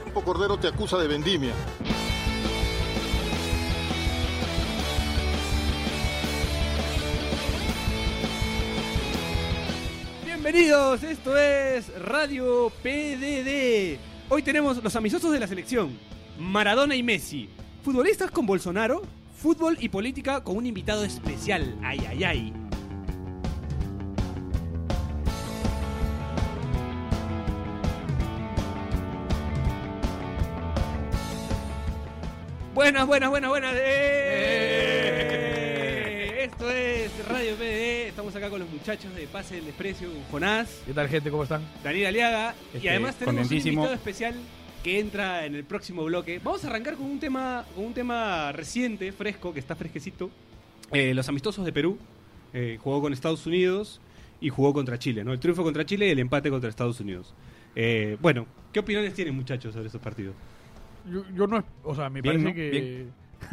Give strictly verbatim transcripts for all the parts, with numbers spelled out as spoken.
Campo Cordero te acusa de vendimia. Bienvenidos, esto es Radio P D D. Hoy tenemos los amistosos de la selección, Maradona y Messi, futbolistas con Bolsonaro, fútbol y política con un invitado especial. Ay, ay, ay. Buenas, buenas, buenas, buenas. ¡Eh! Esto es Radio P D D. Estamos acá con los muchachos de Pase del Desprecio, con Jonás. ¿Qué tal, gente? ¿Cómo están? Daniel Aliaga. Este, y además tenemos un invitado especial que entra en el próximo bloque. Vamos a arrancar con un tema, con un tema reciente, fresco, que está fresquecito. Eh, los amistosos de Perú. Eh, jugó con Estados Unidos y jugó contra Chile, ¿no? El triunfo contra Chile y el empate contra Estados Unidos. Eh, bueno, ¿qué opiniones tienen, muchachos, sobre esos partidos? Yo, yo no, o sea, me Bien, parece ¿no? que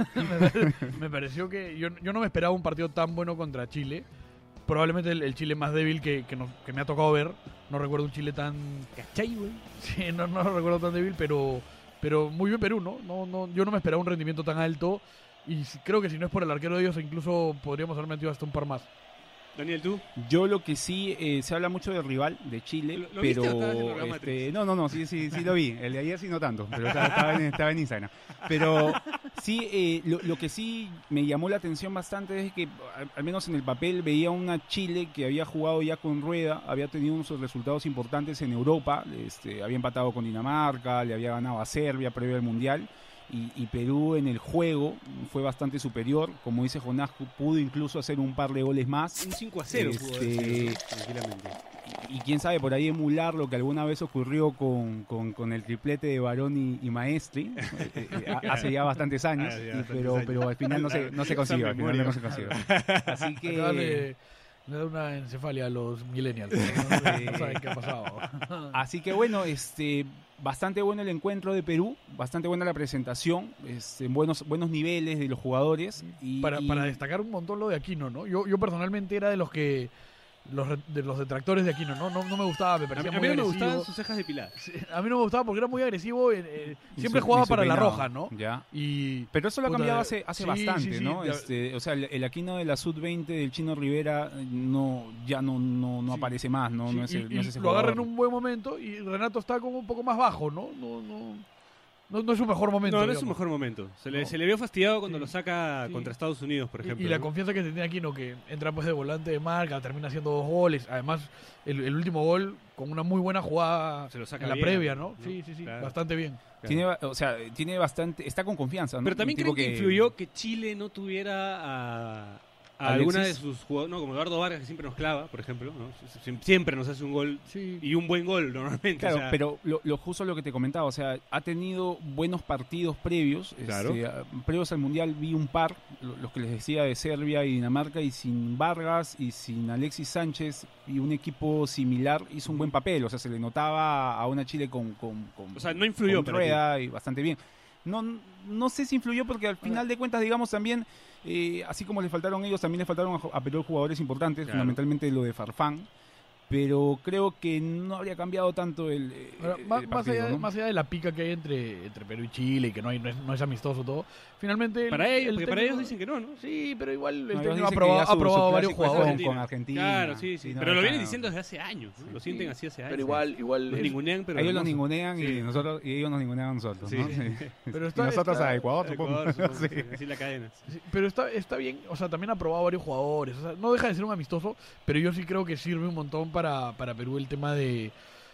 me, me pareció que yo, yo no me esperaba un partido tan bueno contra Chile. Probablemente el, el Chile más débil que, que, nos, que me ha tocado ver. No recuerdo un Chile tan... ¿Cachai, güey? Sí, no, no lo recuerdo tan débil, pero pero muy bien Perú, ¿no? No, no yo no me esperaba un rendimiento tan alto y si, creo que si no es por el arquero de ellos incluso podríamos haber metido hasta un par más. Daniel, ¿tú? Yo lo que sí, eh, se habla mucho del rival de Chile, ¿Lo, lo pero... viste o estabas en el programa este, tres? no, no, no, sí, sí, sí lo vi. El de ayer sí no tanto, pero estaba, estaba, en, estaba en Instagram. Pero sí, eh, lo, lo que sí me llamó la atención bastante es que, al, al menos en el papel, veía una Chile que había jugado ya con Rueda, había tenido unos resultados importantes en Europa, este, había empatado con Dinamarca, le había ganado a Serbia previo al Mundial. Y, y Perú en el juego fue bastante superior, como dice Jonás, pudo incluso hacer un par de goles más. Un cinco a cero Este, pudo haber sido, tranquilamente. Y, y quién sabe, por ahí emular lo que alguna vez ocurrió con, con, con el triplete de Barón y, y Maestri, eh, eh, hace ya bastantes años, Ah, ya, y, bastantes pero, años. pero al final no se, no se consiguió, al final no se consiguió. Así Acaba que... de, de dar una encefalia a los millennials. No, no, no saben qué ha pasado. Así que bueno, este... bastante bueno el encuentro de Perú, bastante buena la presentación, este, buenos buenos niveles de los jugadores. Y, Para, y... para destacar un montón lo de Aquino, ¿no? Yo, yo personalmente era de los que los, re- de los detractores de Aquino, ¿no? No, no me gustaba, me A mí, parecía a mí muy no me agresivo. gustaban sus cejas depiladas. Sí, a mí no me gustaba porque era muy agresivo. eh, eh, y siempre su- jugaba y su para la peinado, roja, ¿no? Ya. Y Pero eso lo ha puta, cambiado hace, hace sí, bastante, sí, sí, ¿no? ya- Este, o sea, el, el Aquino de la sub veinte del Chino Rivera eh, no ya no no, no Sí. aparece más, ¿no? sí, no es, y- el, y no es ese lo agarra en jugador. un buen momento y Renato está como un poco más bajo, ¿no? No, no, no, no es su mejor momento. No, no es su digamos. mejor momento. Se le, No. se le vio fastidiado cuando Sí. lo saca Sí. contra Estados Unidos, por Y- ejemplo. Y, la ¿no? confianza que tenía Aquino, que entra pues de volante de marca, termina haciendo dos goles. Además, el, el último gol con una muy buena jugada Se lo saca en la bien, previa, ¿no? ¿no? Sí, sí, sí, Claro. bastante bien. Claro. Tiene, ba- o sea, tiene bastante, está con confianza, ¿no? Pero también Un tipo creo que, influyó que Chile no tuviera a, a Alexis. alguna de sus jugadores, no, como Eduardo Vargas, que siempre nos clava, por ejemplo, ¿no? Sie- siempre nos hace un gol Sí. y un buen gol normalmente. Claro, o sea, pero lo, lo justo lo que te comentaba, o sea, ha tenido buenos partidos previos. Claro. Este, a- previos al Mundial vi un par, lo- los que les decía de Serbia y Dinamarca, y sin Vargas y sin Alexis Sánchez y un equipo similar hizo un buen papel. O sea, se le notaba a una Chile con, con, con O sea, no influyó con para Rueda y bastante bien. No, no sé si influyó porque al final de cuentas, digamos, también, eh, así como le faltaron ellos, también le faltaron a, a Perú jugadores importantes, Claro. fundamentalmente lo de Farfán. Pero creo que no habría cambiado tanto el, eh, Ahora, el más, más partido, allá, ¿no? más allá de la pica que hay entre, entre Perú y Chile, y que no, hay, no, es, no es amistoso todo, finalmente... el- para ellos, el porque para técnico- ellos dicen que no, ¿no? Sí, pero igual el No, ellos técnico dicen ha que probado, ya ha su- probado su varios clásico es jugadores. con Argentina. Claro, sí, sí. Y no, pero lo acá- vienen diciendo desde hace años. ¿no? Lo sienten así hace años. Pero igual, igual... Los es- ningunean, pero ellos los hermoso. ningunean Sí. y nosotros y ellos nos ningunean a nosotros, Sí. ¿no? Pero Y está- nosotros está- a Ecuador, supongo. Ecuador, supongo, Sí. sí, así la cadena. Sí, pero está, está bien, o sea, también ha probado varios jugadores, o sea, no deja de ser un amistoso, pero yo sí creo que sirve un montón para, para Perú el tema de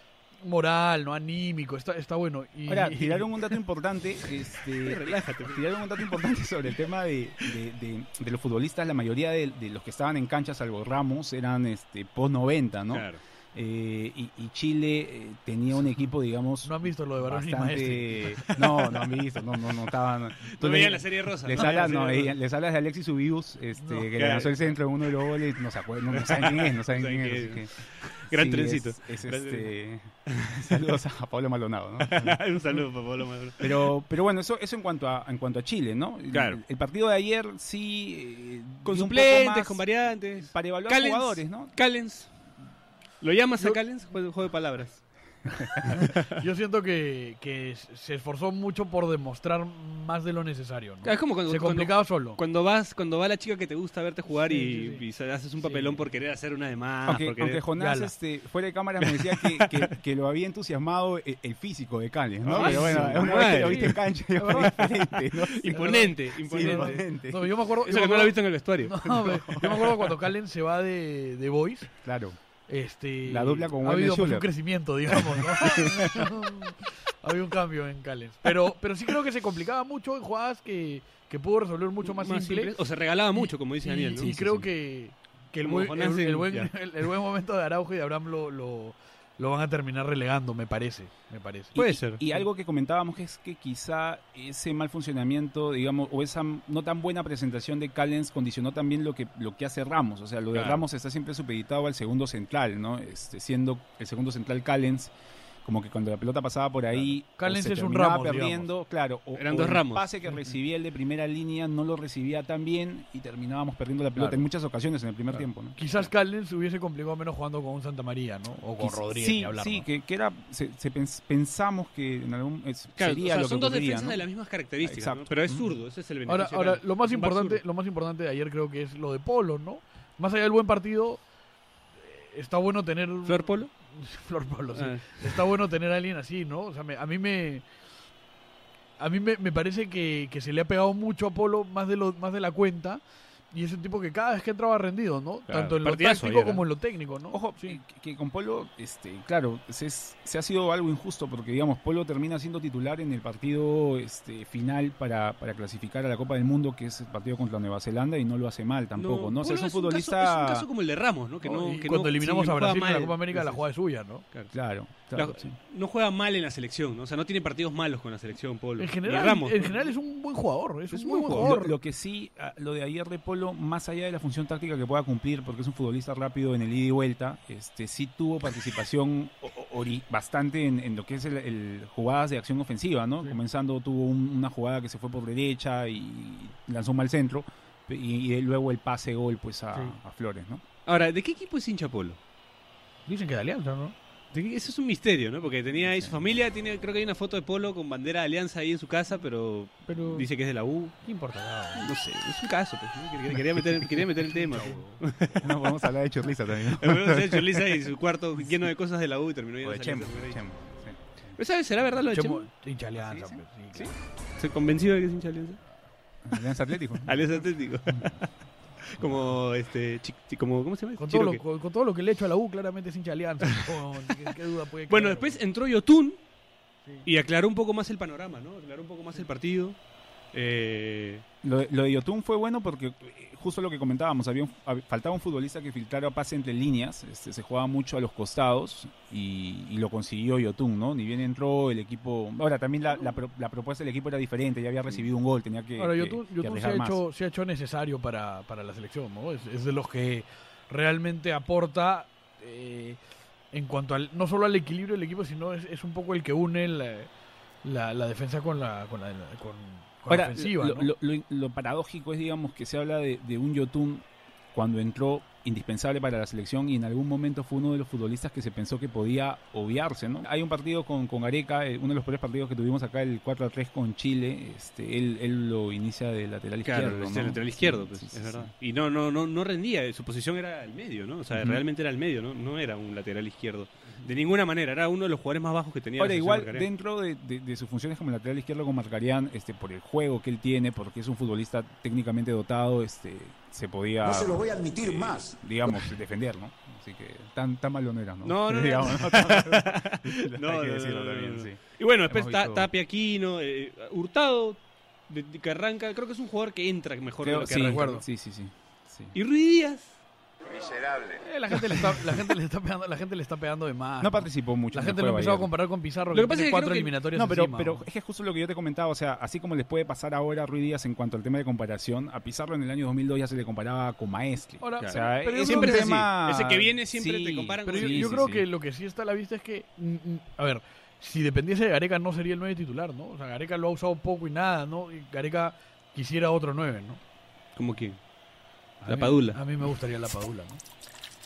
moral, no anímico, está, está bueno. Y, Ahora, tiraron un dato importante, este, Relájate. tiraron un dato importante sobre el tema de, de, de- de los futbolistas, la mayoría de, de los que estaban en cancha, salvo Ramos, eran este, post noventa, ¿no? Claro. Eh, y, y Chile eh, tenía un equipo, digamos, no han visto lo de Barón y Maestri. bastante... No, no han visto, no, no, no estaban... Tú le- veías la serie rosa. Les ¿no? hablas, La no, serie ella- rosa. les hablas de Alexis Ubius, este, No. que le Claro. lanzó el centro en uno de los goles, no se acuerdan, no, no saben quién es, no saben No quién saben es. quién así Gran sí, trencito. Es, es Gran este, saludos a Pablo Maldonado, ¿no? Un saludo para Pablo Maduro. Pero, pero bueno, eso, eso en cuanto a, en cuanto a Chile, ¿no? El- Claro. El, partido de ayer sí. eh, Con dio un poco suplentes, más con variantes. para evaluar Callens, jugadores, ¿no? Callens. ¿Lo llamas a Yo- Callens? Juego, juego de palabras. Yo siento que, que se esforzó mucho por demostrar más de lo necesario, ¿no? Es como cuando, se complicaba cuando, solo. Cuando vas, cuando va la chica que te gusta verte jugar Sí, y, sí, sí. y se- haces un papelón Sí. por querer hacer una de más. Aunque, por querer- aunque Jonás, Yala. este, fuera de cámara, me decía que, que, que lo había entusiasmado el, el físico de Callens, ¿no? Ay, Pero bueno, su una vez que lo madre. viste en cancha ya fue diferente, ¿no? Imponente, Sí, imponente. imponente. No, yo me acuerdo, Eso yo que me no lo he acuerdo- visto en el vestuario. No, me- yo me acuerdo cuando Calen se va de, de Boys, Claro. este, La dupla con ha Wayne habido pues, Schuller. un crecimiento, digamos, ¿no? Ha habido un cambio en Callens. Pero, pero sí creo que se complicaba mucho en jugadas que, que pudo resolver mucho más, simple. simple. O se regalaba mucho, como dice Y- Daniel, ¿no? Y Sí, creo sí. que, que el, Como buen, Jonás el, en- el buen, ya. el, el buen momento de Araujo y de Abraham lo, lo, lo van a terminar relegando, me parece. Me parece. Puede Y- ser. Y algo que comentábamos es que quizá ese mal funcionamiento, digamos, o esa no tan buena presentación de Callens condicionó también lo que, lo que hace Ramos. O sea, lo de Claro. Ramos está siempre supeditado al segundo central, ¿no? Este, siendo el segundo central Callens, como que cuando la pelota pasaba por ahí, o Callens se es un terminaba Ramos, perdiendo, claro, o, Eran o dos el Ramos. pase que recibía el de primera línea no lo recibía tan bien y terminábamos perdiendo la pelota Claro. en muchas ocasiones en el primer Claro. tiempo, ¿no? Quizás Callens se hubiese complicado menos jugando con un Santa María, ¿no? O con Quiz- Rodríguez, Sí, ni hablar, sí, ¿no? que, que era, se, se pens- pensamos que en algún es- Claro, sería o sea, lo que son dos ocurría, defensas ¿no? de las mismas características, Exacto. ¿no? Pero es zurdo, ese es el beneficio. Ahora, de ahora Callens. lo más Un back importante, zurdo. lo más importante de ayer creo que es lo de Polo, ¿no? Más allá del buen partido, eh, está bueno tener ¿Flor Polo? Flor Polo, sí. Ah. Está bueno tener a alguien así, ¿no? O sea, me- a mí me a mí me, me parece que, que se le ha pegado mucho a Polo más de lo más de la cuenta. Y es un tipo que cada vez que entraba rendido, ¿no? Claro. Tanto en lo Partidazo táctico ayer, ¿eh? como en lo técnico, ¿no? Ojo, sí. que, que con Polo, este, claro, se, es- se ha sido algo injusto porque, digamos, Polo termina siendo titular en el partido este, final para, para clasificar a la Copa del Mundo, que es el partido contra Nueva Zelanda, y no lo hace mal tampoco, ¿no? O sea, Polo es un futbolista... caso, es un caso como el de Ramos, ¿no? Que no, Y que cuando no- eliminamos sí, a juega Brasil en la mal. Copa América, la Sí, jugada es suya, ¿no? claro. Claro, claro, La- sí. No juega mal en la selección, ¿no? O sea, no tiene partidos malos con la selección, Polo. En Ni general, Ramos, en ¿no? general es un buen jugador, es, Es un un buen buen jugador. Lo, lo que sí, ah, lo de ayer de Polo, más allá de la función táctica que pueda cumplir, porque es un futbolista rápido en el ida y vuelta, este sí tuvo participación o- o- ori- bastante en, en lo que es el, el jugadas de acción ofensiva, ¿no? Sí. Comenzando tuvo un- una jugada que se fue por derecha y lanzó mal centro, y, y luego el pase gol pues a, Sí. a Flores, ¿no? Ahora, ¿de qué equipo es hincha Polo? Dicen que de Alianza, ¿no? De qué- Eso es un misterio, ¿no? Porque tenía ahí su Sí. familia, tiene, creo que hay una foto de Polo con bandera de Alianza ahí en su casa, pero Pero dice que es de la U. ¿qué importa? nada? No sé, es un caso, pues, ¿no? Quería- Quería meter, quería meter el tema. pues. No, vamos a hablar de Churliza también. El huevón se ha hecho lisa y su cuarto lleno de cosas de la U y terminó O yendo de a Chemo, Alianza, ¿no? Chemo, sí. ¿Pero sabes, será verdad lo de Chemo? Chemo, hincha Alianza, Sí, sí. pues, sí, ¿Sí? claro. ¿Se convencido de que es hincha de Alianza? Alianza Atlético. Alianza Atlético. como este chi- chi- como ¿cómo se llama? Con todo, lo, Chiroque. con, con todo lo que le he hecho a la U, claramente es hincha Alianza. No, ¿qué, qué duda puede Bueno, quedar? después entró Yotun Sí. y aclaró un poco más el panorama, ¿no? Aclaró un poco más el partido. Eh, Lo, de- lo de Yotun fue bueno porque eh, justo lo que comentábamos, había un- hab- faltaba un futbolista que filtrara pase entre líneas, este, se jugaba mucho a los costados y, y lo consiguió Yotun, ¿no? Ni bien entró el equipo, ahora también la, la pro- la propuesta del equipo era diferente, ya había recibido un gol, tenía que, Ahora, que- Yotun, que Yotun se, ha arriesgar más. hecho, se ha hecho necesario para, para la selección, ¿no? Es, es de los que realmente aporta eh, en cuanto al, no solo al equilibrio del equipo, sino es, es un poco el que une la, la, la defensa con la, con la, con, con la Ahora, ofensiva, lo, ¿no? lo- lo- lo paradójico es, digamos, que se habla de, de un Yotun cuando entró indispensable para la selección y en algún momento fue uno de los futbolistas que se pensó que podía obviarse, ¿no? Hay un partido con, con Gareca, eh, uno de los peores partidos que tuvimos acá, el cuatro a tres con Chile, este, él, él lo inicia de lateral claro, izquierdo, es ¿no? el lateral izquierdo, Sí, pues, sí, sí, es sí. verdad. Y no, no, no, no rendía, su posición era el medio, ¿no? O sea, Ujú. realmente era el medio, ¿no? No era un lateral izquierdo. De ninguna manera, era uno de los jugadores más bajos que tenía la Ahora, selección igual, Marcaría. dentro de, de- de sus funciones como lateral izquierdo con Marcarián, este, por el juego que él tiene, porque es un futbolista técnicamente dotado, este, se podía, No se lo voy a admitir más. digamos, defender, ¿no? Así que tan, tan malo no era, ¿no? No, no, no. Digamos, ¿no? Tan- No, Hay que no, decirlo no, no, también, no. sí. Y bueno, después Hemos Ta- visto- Tapia Aquino, eh, Hurtado, de- de que arranca, creo que es un jugador que entra mejor Creo- de lo que sí, arranca. acuerdo. ¿no? sí, sí, sí, sí. Y Ruiz Díaz, Eh, la gente le está, la gente le está pegando, la gente le está pegando de más. No participó mucho. La en el gente lo juego empezó a ayer. comparar con Pizarro, Lo que, que pasa tiene es que cuatro creo que- eliminatorias No, pero, encima, pero ¿no? es que justo lo que yo te comentaba, o sea, así como les puede pasar ahora a Ruiz Díaz en cuanto al tema de comparación, a Pizarro en el año dos mil dos ya se le comparaba con Maestri. Ahora, o sea, pero yo es creo un que- tema... ese que viene siempre Sí, te comparan Pero con yo, sí, yo sí, creo sí. que lo que sí está a la vista es que, mm, mm, a ver, si dependiese de Gareca no sería el nueve titular, ¿no? O sea, Gareca lo ha usado poco y nada, ¿no? Y Gareca quisiera otro nueve, ¿no? ¿Cómo quién? A La mí- Padula. A mí me gustaría la Padula, ¿no?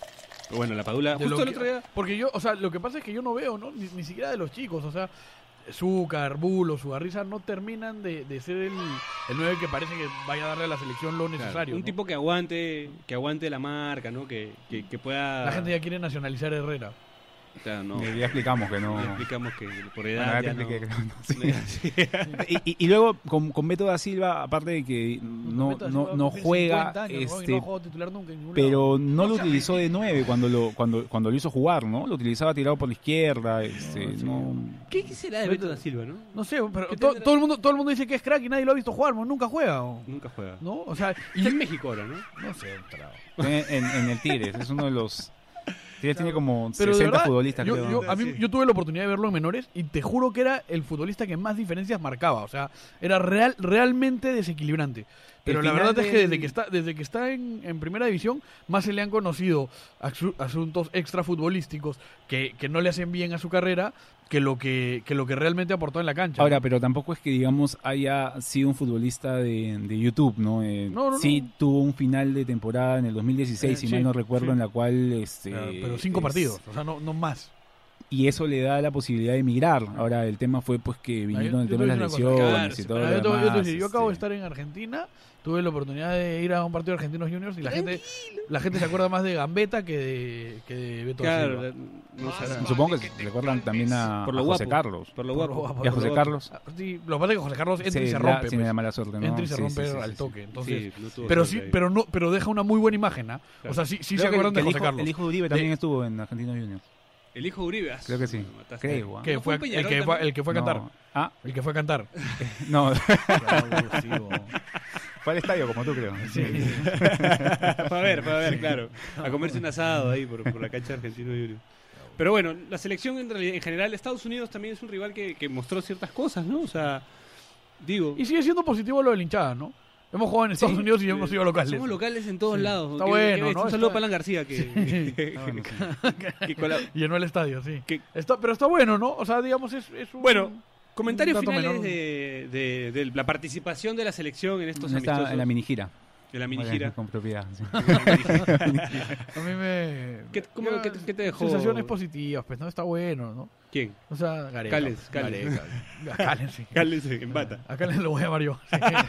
Bueno, la Padula, De justo lo el que- otro día... Porque yo, o sea, lo que pasa es que yo no veo, ¿no? Ni, ni siquiera de los chicos, o sea, Zúcar, Bulo, Sugarriza no terminan de, de ser el, el nueve que parece que vaya a darle a la selección lo Claro, necesario. un ¿no? tipo que aguante, que aguante la marca, ¿no? Que, que, que pueda... La gente ya quiere nacionalizar a Herrera. O sea, no, Ya explicamos que no. ya explicamos que por Bueno, edad ya te ya no... expliqué que no, no, sí. Sí. Y, y- y luego con, con Beto da Silva, aparte de que no, Beto da no, Silva no tiene juega, cincuenta años, ¿no? Y este, no ha jugado titular nunca en ningún pero lado. no lo utilizó de nueve cuando lo cuando cuando lo hizo jugar, ¿no? Lo utilizaba tirado por la izquierda, este, No, sí. no. ¿Qué, qué será de Beto da Silva, no? No sé, pero ¿Qué to- tendrá? todo, el mundo, todo el mundo dice que es crack y nadie lo ha visto jugar, ¿no? Nunca juega, ¿o? Nunca juega. ¿no? O sea, y Está en México ahora, ¿no? no sé, trao. En, en- en el Tigres, es uno de los. Tigres tiene como Pero de sesenta verdad, futbolistas, yo, creo. yo- a mí, Sí. yo tuve la oportunidad de verlo en menores y te juro que era el futbolista que más diferencias marcaba. O sea, era real, realmente desequilibrante. Pero El la final verdad es que del- desde que está, desde que está en, en primera división, más se le han conocido asu- asuntos extrafutbolísticos que, que no le hacen bien a su carrera que lo que, que lo que realmente aportó en la cancha. Ahora, pero tampoco es que, digamos, haya sido un futbolista de, de YouTube, ¿no? Eh, No, no, sí no. tuvo un final de temporada en el dos mil dieciséis, Eh, si sí, mal no recuerdo, sí. en la cual... Este, pero, pero cinco es- partidos, o sea, no, no más. Y eso le da la posibilidad de emigrar. Ahora, el tema fue pues que vinieron el yo tema de te las voy a decir una Claro, lesiones y sí, todo Mira, lo yo, te voy- yo te voy a demás, decir, yo acabo de este, estar en Argentina, tuve la oportunidad de ir a un partido de Argentinos Juniors y la gente la gente se acuerda más de Gambetta que de, que de Beto da Claro, Silva. no sé. Supongo que se recuerdan también a, Por a lo José guapo. Carlos. Por lo Por lo guapo. guapo, ¿Y a por José lo guapo. Carlos? Ah, sí, lo que pasa es que José Carlos entra y Sí, se la- rompe. tiene pues. la mala suerte, ¿no? Entra y se Sí, rompe sí, sí, al sí, toque. sí. Entonces, Sí, no tuvo pero suerte sí, ahí. pero no, pero deja una muy buena imagen, ¿ah? Claro. O sea, sí, sí Creo se que acuerdan el, de el José hijo, Carlos. el hijo de Uribe también estuvo en Argentinos Juniors. El hijo de Uribe. ah, Creo que sí. me mataste. Creo, ¿ah? Que ¿No fue, fue el Peñarol que fue, también? el que fue a cantar. No. Ah, El que fue a cantar. no. Fue al estadio, como tú, creo. Sí. Para ver, para ver, claro. A comerse un asado ahí por, por la cancha de Argentino Juniors. Pero bueno, la selección en, realidad, en general, Estados Unidos también es un rival que, que mostró ciertas cosas, ¿no? O sea, digo... Y sigue siendo positivo lo de la hinchada, ¿no? Hemos jugado en Estados Sí, Unidos y eh, hemos sido locales. Somos locales en todos Sí. lados. Está Qué- bueno, qué bestia. ¿no? Un saludo Está- para Alan García que, que- No, no sé. que colab- Llenó el estadio, sí. que- Está, pero está bueno, ¿no? O sea, digamos, es, es un... Bueno, comentarios un dato finales menor. de, de- de la participación de la selección en estos No está amistosos en la mini gira. de la mini gira. Con propiedad. sí. A mí me... ¿Qué- cómo- yo- qué te- qué te dejó? Sensaciones positivas, pues, ¿no? Está bueno, ¿no? ¿Quién? O sea, Gareca. Cales, Cales. Gareca. A Cales, sí. Cales en bata. A Cales lo voy a llamar yo.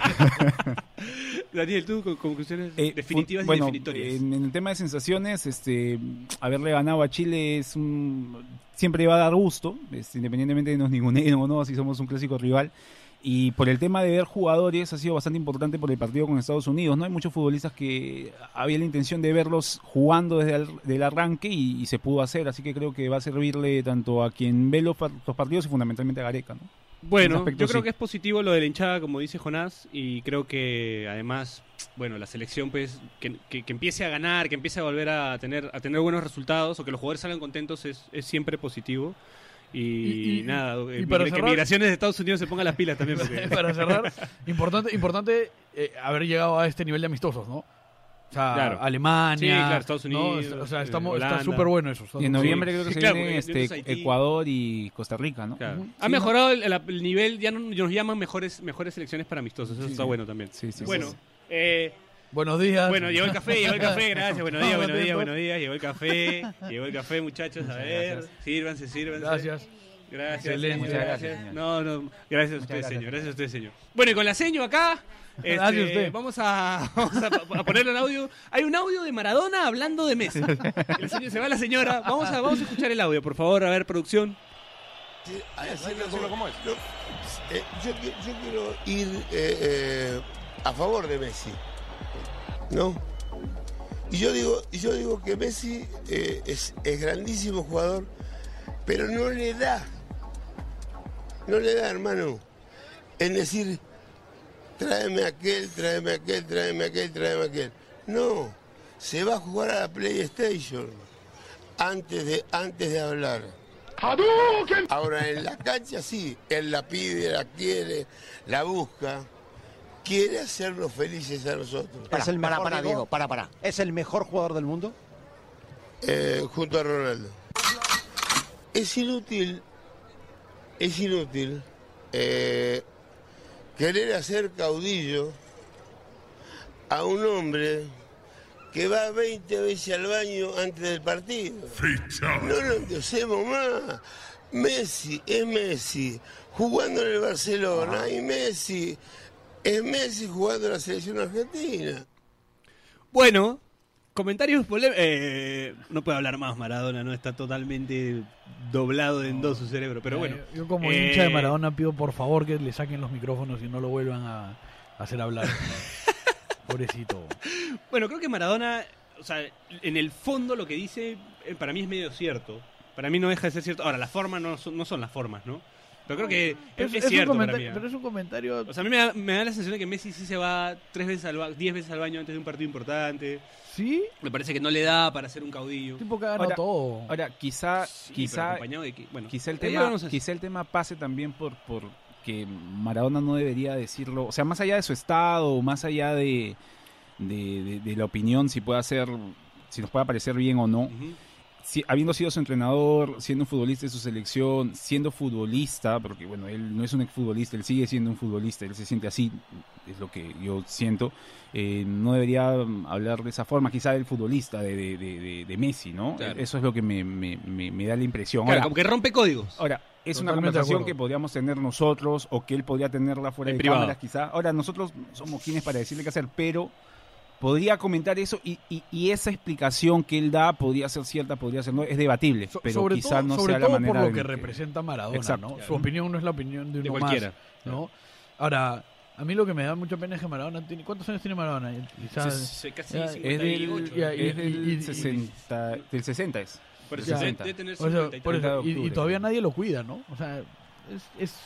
Daniel, tú con conclusiones Eh, definitivas fu- bueno, y definitorias. En, en el tema de sensaciones, este, haberle ganado a Chile es un, siempre va a dar gusto, este, independientemente de nos ninguneen o no, si somos un clásico rival. Y por el tema de ver jugadores ha sido bastante importante por el partido con Estados Unidos, ¿no? Hay muchos futbolistas que había la intención de verlos jugando desde el del arranque y, y se pudo hacer, así que creo que va a servirle tanto a quien ve los, par- los partidos y fundamentalmente a Gareca, ¿no? En Bueno, ese aspecto yo creo sí. que es positivo lo de la hinchada, como dice Jonás, y creo que además, bueno, la selección pues que, que- que empiece a ganar, que empiece a volver a tener a tener buenos resultados o que los jugadores salgan contentos es, es siempre positivo. Y, Y- y- nada, y eh, para que cerrar- Migraciones de Estados Unidos se pongan las pilas también. Porque... Para cerrar, importante, importante eh, haber llegado a este nivel de amistosos, ¿no? O sea, Claro. Alemania. Sí, claro, Estados ¿no? Unidos, O sea, eh, estamos, está Holanda. súper bueno eso. Y en noviembre creo que Sí, se claro, vienen porque este, entonces Haití- Ecuador y Costa Rica, ¿no? Claro. Ujú. Ha Sí, mejorado el, el- el nivel, ya no, nos llaman mejores mejores selecciones para amistosos, eso Sí, está sí. bueno también. Sí, sí, Bueno, sí. eh, Buenos días. bueno, llegó el café, llegó el café, gracias, buenos días, Vamos, buenos días, atentos. buenos días, llegó el café, llegó el café, muchachos, a ver, gracias. sírvanse, sírvanse. Gracias. Gracias, Excelente. señor, Muchas gracias, señor. No, no, gracias a usted, gracias. señor, gracias a usted, señor. Bueno, y con la seño acá, este, Gracias a usted. vamos a, vamos a, a ponerle un audio. Hay un audio de Maradona hablando de Messi. El señor, se va la señora, vamos a, vamos a escuchar el audio, por favor, a ver, producción. Sí, hay que decirlo como es. No, eh, yo, qui- yo quiero ir eh, eh, a favor de Messi, ¿no? Y yo digo, y yo digo que Messi eh, es, es grandísimo jugador, pero no le da, no le da, hermano. Es decir, tráeme aquel, tráeme aquel, tráeme aquel, tráeme aquel. No, se va a jugar a la PlayStation antes de, antes de hablar. Ahora en la cancha sí, él la pide, la quiere, la busca, quiere hacernos felices a nosotros. Es el mejor, para, para, Diego. Diego, para, para. ¿Es el mejor jugador del mundo? Eh, junto a Ronaldo. Es inútil, es inútil eh, querer hacer caudillo a un hombre que va veinte veces al baño antes del partido. No lo endiosemos más. Messi es Messi jugando en el Barcelona ah. y Messi es Messi jugando en la selección argentina. Bueno, comentarios polémicos. Eh, no puede hablar más Maradona, no está totalmente doblado en dos su cerebro, pero bueno. Yo como eh, hincha de Maradona pido por favor que le saquen los micrófonos y no lo vuelvan a, a hacer hablar. Pobrecito. Bueno, creo que Maradona, o sea, en el fondo lo que dice eh, para mí es medio cierto. Para mí no deja de ser cierto. Ahora, las formas no son, no son las formas, ¿no? Pero creo que es, es, es cierto para mí. Pero es un comentario... O sea, a mí me da, me da la sensación de que Messi sí se va tres veces al ba- diez veces al baño antes de un partido importante. ¿Sí? Me parece que no le da para ser un caudillo. El tipo que ha ganado Ahora, todo. Ahora, quizá, Sí, quizá, de que, bueno, quizá, el eh, tema, no sé. quizá el tema pase también por, por que Maradona no debería decirlo. O sea, más allá de su estado, más allá de, de, de, de la opinión, si puede hacer, si nos puede parecer bien o no. Uh-huh. Si, habiendo sido su entrenador, siendo un futbolista de su selección, siendo futbolista, porque bueno, él no es un exfutbolista, él sigue siendo un futbolista, él se siente así, es lo que yo siento, eh, no debería hablar de esa forma, quizá del futbolista, de, de, de, de Messi, ¿no? Claro. Eso es lo que me, me, me, me da la impresión. Claro, Ahora, como que rompe códigos. ahora es Totalmente una conversación de que acuerdo. podríamos tener nosotros, o que él podría tenerla fuera En de privado. cámaras quizá. Ahora, nosotros somos quienes para decirle qué hacer, pero... podría comentar eso y, y, y esa explicación que él da podría ser cierta, podría ser no, es debatible, So- pero sobre quizás todo, no sobre sea todo la manera por lo en que que- representa Maradona, Exacto. ¿no? Claro. Su opinión no es la opinión de De uno cualquiera. más, ¿no? Ahora, a mí lo que me da mucha pena es que Maradona tiene... ¿Cuántos años tiene Maradona? Quizás... Se- se- casi ya, es cincuenta y ocho. del, ya, y- es del y- y- sesenta, del sesenta es. Por eso Ya. debe, debe tener O sea, cincuenta y por tres. eso, y, y octubre, todavía creo. nadie lo cuida, ¿no? O sea, es... es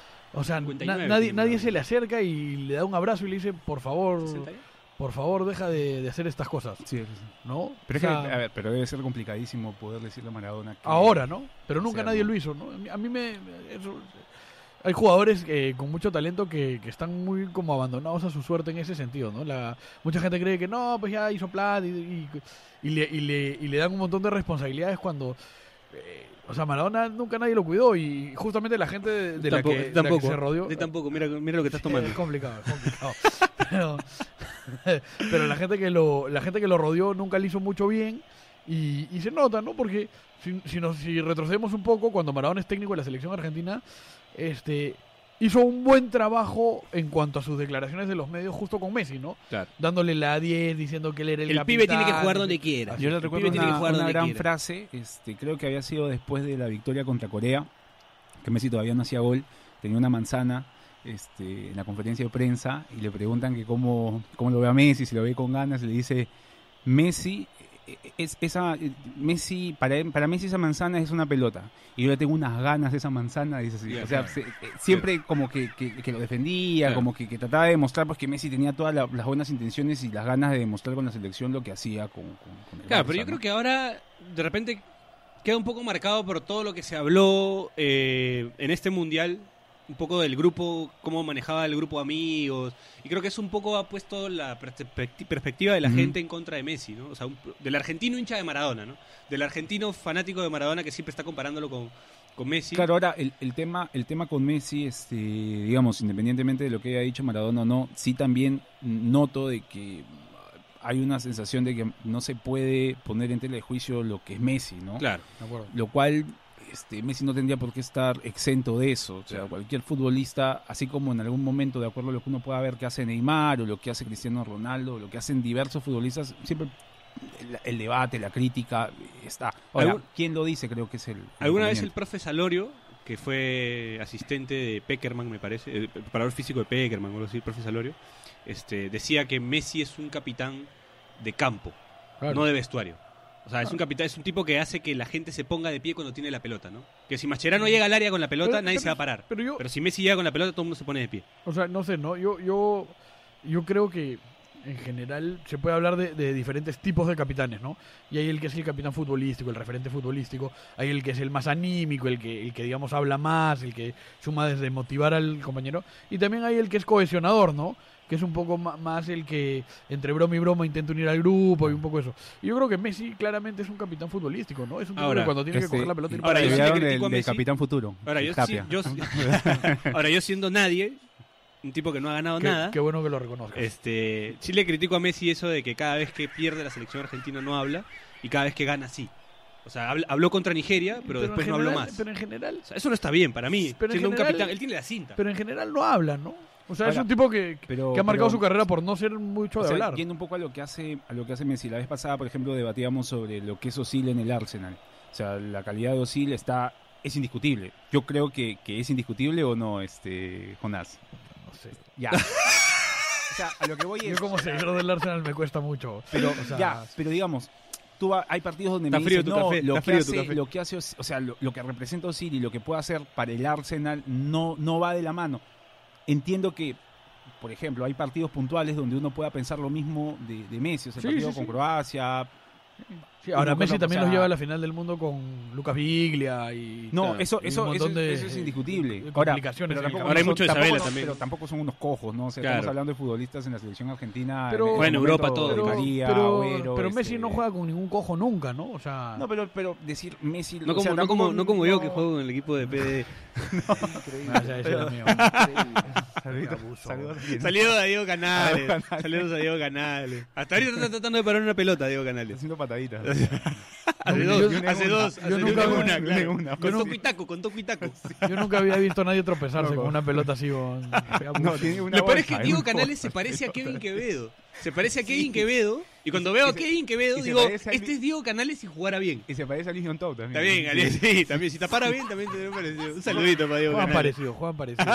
o sea, cincuenta y na- nueve nadie, tiene nadie Maradona. se le acerca y le da un abrazo y le dice, por favor, ¿sesenta y uno? por favor, deja de, de hacer estas cosas, Sí, sí, sí. ¿no? Pero, O sea, es que, a ver, pero debe ser complicadísimo poder decirle a Maradona que... ahora, ¿no? Pero nunca sea, nadie ¿no? lo hizo, ¿no? A mí- A mí me... eso- hay jugadores eh, con mucho talento que, que están muy como abandonados a su suerte en ese sentido, ¿no? La, mucha gente cree que no, pues ya hizo plata y, y, y le, y, le, y le dan un montón de responsabilidades cuando... eh, o sea, Maradona nunca nadie lo cuidó y justamente la gente de, de la, Tampoco, que, de la que tampoco, se rodeó... de tampoco, mira, mira lo que estás tomando. Es complicado, es complicado. pero, pero la gente que lo la gente que lo rodeó nunca le hizo mucho bien y, y se nota, ¿no? Porque si, si, nos, si retrocedemos un poco, cuando Maradona es técnico de la selección argentina, este hizo un buen trabajo en cuanto a sus declaraciones de los medios justo con Messi, ¿no? Claro. Dándole la diez, diciendo que él era el El capitán. pibe tiene que jugar donde quiera. Yo le El recuerdo pibe tiene que una, jugar una donde gran quiera. frase, este, creo que había sido después de la victoria contra Corea, que Messi todavía no hacía gol, tenía una manzana este, en la conferencia de prensa y le preguntan que cómo, cómo lo ve a Messi, si lo ve con ganas, y le dice, Messi, es, esa, Messi para, él- para Messi esa manzana es una pelota y yo le tengo unas ganas de esa manzana, dice así. Yeah, o sea, claro. se- eh, siempre como que, que, que lo defendía, Claro. como que, que trataba de demostrar pues, que Messi tenía todas la- las buenas intenciones y las ganas de demostrar con la selección lo que hacía con, con, con el Claro, Barça, pero yo ¿no? creo que ahora de repente queda un poco marcado por todo lo que se habló eh, en este mundial, un poco del grupo, cómo manejaba el grupo de amigos, y creo que eso un poco ha puesto la perspecti- perspectiva de la Ujú. gente en contra de Messi, ¿no? O sea, un- del argentino hincha de Maradona, ¿no? Del argentino fanático de Maradona que siempre está comparándolo con, con Messi. Claro, ahora el, el tema el tema con Messi, este, digamos, independientemente de lo que haya dicho Maradona o no, sí también noto de que hay una sensación de que no se puede poner en tela de juicio lo que es Messi, ¿no? Claro. De acuerdo. Lo cual este, Messi no tendría por qué estar exento de eso. O sea, Claro. cualquier futbolista, así como en algún momento, de acuerdo a lo que uno pueda ver que hace Neymar o lo que hace Cristiano Ronaldo, o lo que hacen diversos futbolistas, siempre el, el debate, la crítica está. Ahora, ¿Algún- ¿quién lo dice? Creo que es el... el Alguna vez el inconveniente. profe Salorio, que fue asistente de Peckerman, me parece, el preparador físico de Peckerman, o algo así, el profe Salorio, este, decía que Messi es un capitán de campo, Claro. no de vestuario. O sea, es un capitán, es un tipo que hace que la gente se ponga de pie cuando tiene la pelota, ¿no? Que si Mascherano llega al área con la pelota, Pero- nadie pero- se va a parar. Pero yo, Pero si Messi llega con la pelota, todo el mundo se pone de pie. o sea, no sé, ¿no? Yo, yo, yo creo que en general se puede hablar de, de diferentes tipos de capitanes, ¿no? Y hay el que es el capitán futbolístico, el referente futbolístico, hay el que es el más anímico, el que, el que digamos habla más, el que suma desde motivar al compañero, y también hay el que es cohesionador, ¿no? Que es un poco ma- más el que entre broma y broma intenta unir al grupo y un poco eso. Y yo creo que Messi claramente es un capitán futbolístico, ¿no? Es un tipo Ahora, que cuando tiene que Este, coger la pelota... y- ahora, te yo sí le olvidaron critico del, a del Messi. Capitán Futuro. Ahora yo, sí- Tapia. yo, ahora, yo siendo nadie, un tipo que no ha ganado Qué, nada. qué bueno que lo reconozcas. Este, sí le critico a Messi eso de que cada vez que pierde la selección argentina no habla y cada vez que gana sí. O sea, habl- habló contra Nigeria, pero, en después no habló general- más. Pero en general, O sea, eso no está bien para mí. Pero en Siendo un general- capitán, él tiene la cinta. pero en general no habla, ¿no? O sea, es Ahora, un tipo que, pero- que ha marcado pero- su carrera por no ser mucho O de sea, hablar. yendo un poco a lo que hace a lo que hace Messi. La vez pasada, por ejemplo, debatíamos sobre lo que es Özil en el Arsenal. O sea, la calidad de Özil está es indiscutible. Yo creo que, que es indiscutible o no, este Jonás. No sé. Ya. O sea, a lo que voy Yo es como seguidor del Arsenal me cuesta mucho. pero O sea, ya, pero digamos, tú va- hay partidos donde Está me frío dices, tu no, café, lo está que frío tu hace, café. lo que hace, Oz- o sea, lo, lo que representa Özil y lo que puede hacer para el Arsenal no no va de la mano. Entiendo que, por ejemplo, hay partidos puntuales donde uno pueda pensar lo mismo de, de Messi, o sea, el Sí, partido sí, con sí. Croacia. sí, ahora Uno Messi cosa, también o sea, los lleva a la final del mundo con Lucas Viglia y... No, Claro. eso, Y un eso, eso, montón de- eso es indiscutible. de Ahora, complicaciones pero en el tampoco campo. Ahora hay son- mucho de tampoco Isabela no- también. Pero tampoco son unos cojos, ¿no? O sea, Claro. estamos hablando de futbolistas en la selección argentina. Pero- en ese Bueno, momento, Europa todo. pero, Di María, pero, Agüero, pero Messi este- no juega con ningún cojo nunca, ¿no? O sea... No, pero, pero decir Messi... No o como, sea, no tampoco- como, no como yo que no- juego en el equipo de P D. Ah, ya, ese era mío. Saludos, Abuso. saludos. Saludos a Diego Canales. Diego Canales. Saludos a Diego Canales. Hasta ahorita está tratando de parar una pelota, Diego Está Canales. haciendo pataditas. Hace Yo- dos, yo- hace yo dos, hace nunca- una, yo claro. nunca- Con yo toco y taco, con toco y taco. Yo nunca había visto a nadie tropezarse Loco. con una pelota así. Con... No, tiene una Lo peor es bolsa, que Diego una Canales se bolsa. parece a Kevin Quevedo. Se parece a Kevin Quevedo. Y cuando veo a Y se- Kevin Quevedo, y se digo, parece a este Luis- es Diego Canales si jugara bien. Y se parece a Luis Top también. Está bien, Ali, sí, también. Si tapara bien, también te parecido. Un saludito para Diego Juegan Canales. parecido, juegan parecido.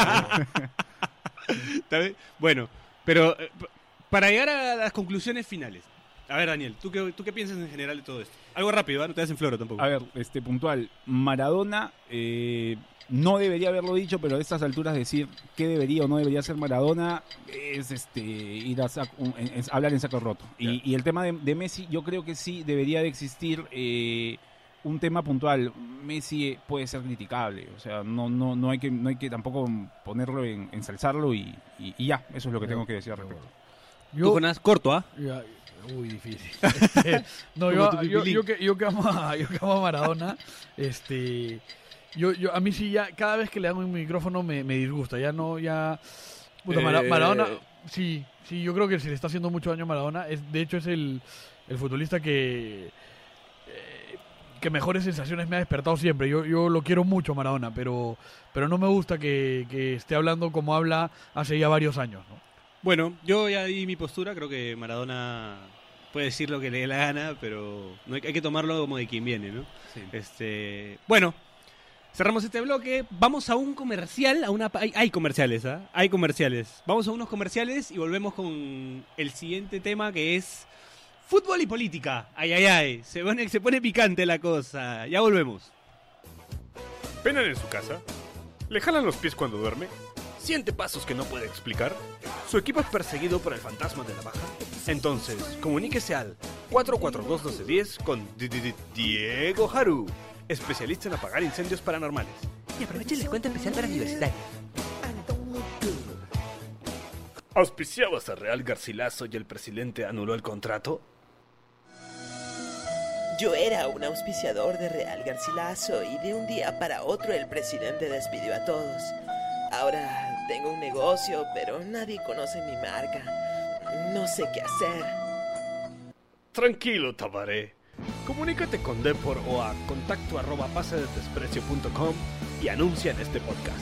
¿Está bien? Bueno, pero eh, p- para llegar a las conclusiones finales. A ver, Daniel, ¿tú qué, ¿tú qué piensas en general de todo esto? Algo rápido, ¿eh? No te das en floro tampoco. A ver, este puntual. Maradona eh, no debería haberlo dicho, pero a estas alturas decir qué debería o no debería ser Maradona es este ir a saco- un- en- es hablar en saco roto. Y, y el tema de, de Messi, yo creo que sí debería de existir eh, un tema puntual. Messi eh, puede ser criticable, o sea, no no no hay que no hay que tampoco ponerlo en ensalzarlo y, y, y ya, eso es lo que tengo que decir al respecto. Tú, Yo, Jonás, corto, ¿ah? ya- uy, difícil. Este, no, Como yo, tu yo, pipilín. yo que, yo que amo a, yo que amo a Maradona, este, yo, yo, a mí sí ya, cada vez que le dan un micrófono me, me disgusta, ya no, ya, puta, Mara- Eh. Maradona, sí, sí, yo creo que si le está haciendo mucho daño a Maradona, es, de hecho es el, el futbolista que, eh, que mejores sensaciones me ha despertado siempre, yo, yo lo quiero mucho a Maradona, pero, pero no me gusta que, que esté hablando como habla hace ya varios años, ¿no? Bueno, yo ya di mi postura. Creo que Maradona puede decir lo que le dé la gana, pero no hay, hay que tomarlo como de quien viene, ¿no? Este, bueno, cerramos este bloque. Vamos a un comercial. A una, hay, hay comerciales, ¿ah? Hay comerciales. Vamos a unos comerciales y volvemos con el siguiente tema que es fútbol y política. Ay, ay, ay. Se pone, se pone picante la cosa. Ya volvemos. ¿Penan en su casa? ¿Le jalan los pies cuando duerme? ¿Siente pasos que no puede explicar? ¿Su equipo es perseguido por el fantasma de la baja? Entonces, comuníquese al cuatro cuatro dos, uno dos uno cero con Di- Di- Di- Diego Haru, especialista en apagar incendios paranormales. Y aprovechen el descuento especial para universitarios. ¿Auspiciabas a Real Garcilaso y el presidente anuló el contrato? Yo era un auspiciador de Real Garcilaso y de un día para otro el presidente despidió a todos. Ahora tengo un negocio, pero nadie conoce mi marca. No sé qué hacer. Tranquilo, Tabaré. Comunícate con Depor o a contacto arroba pasedesprecio punto com y anuncia en este podcast.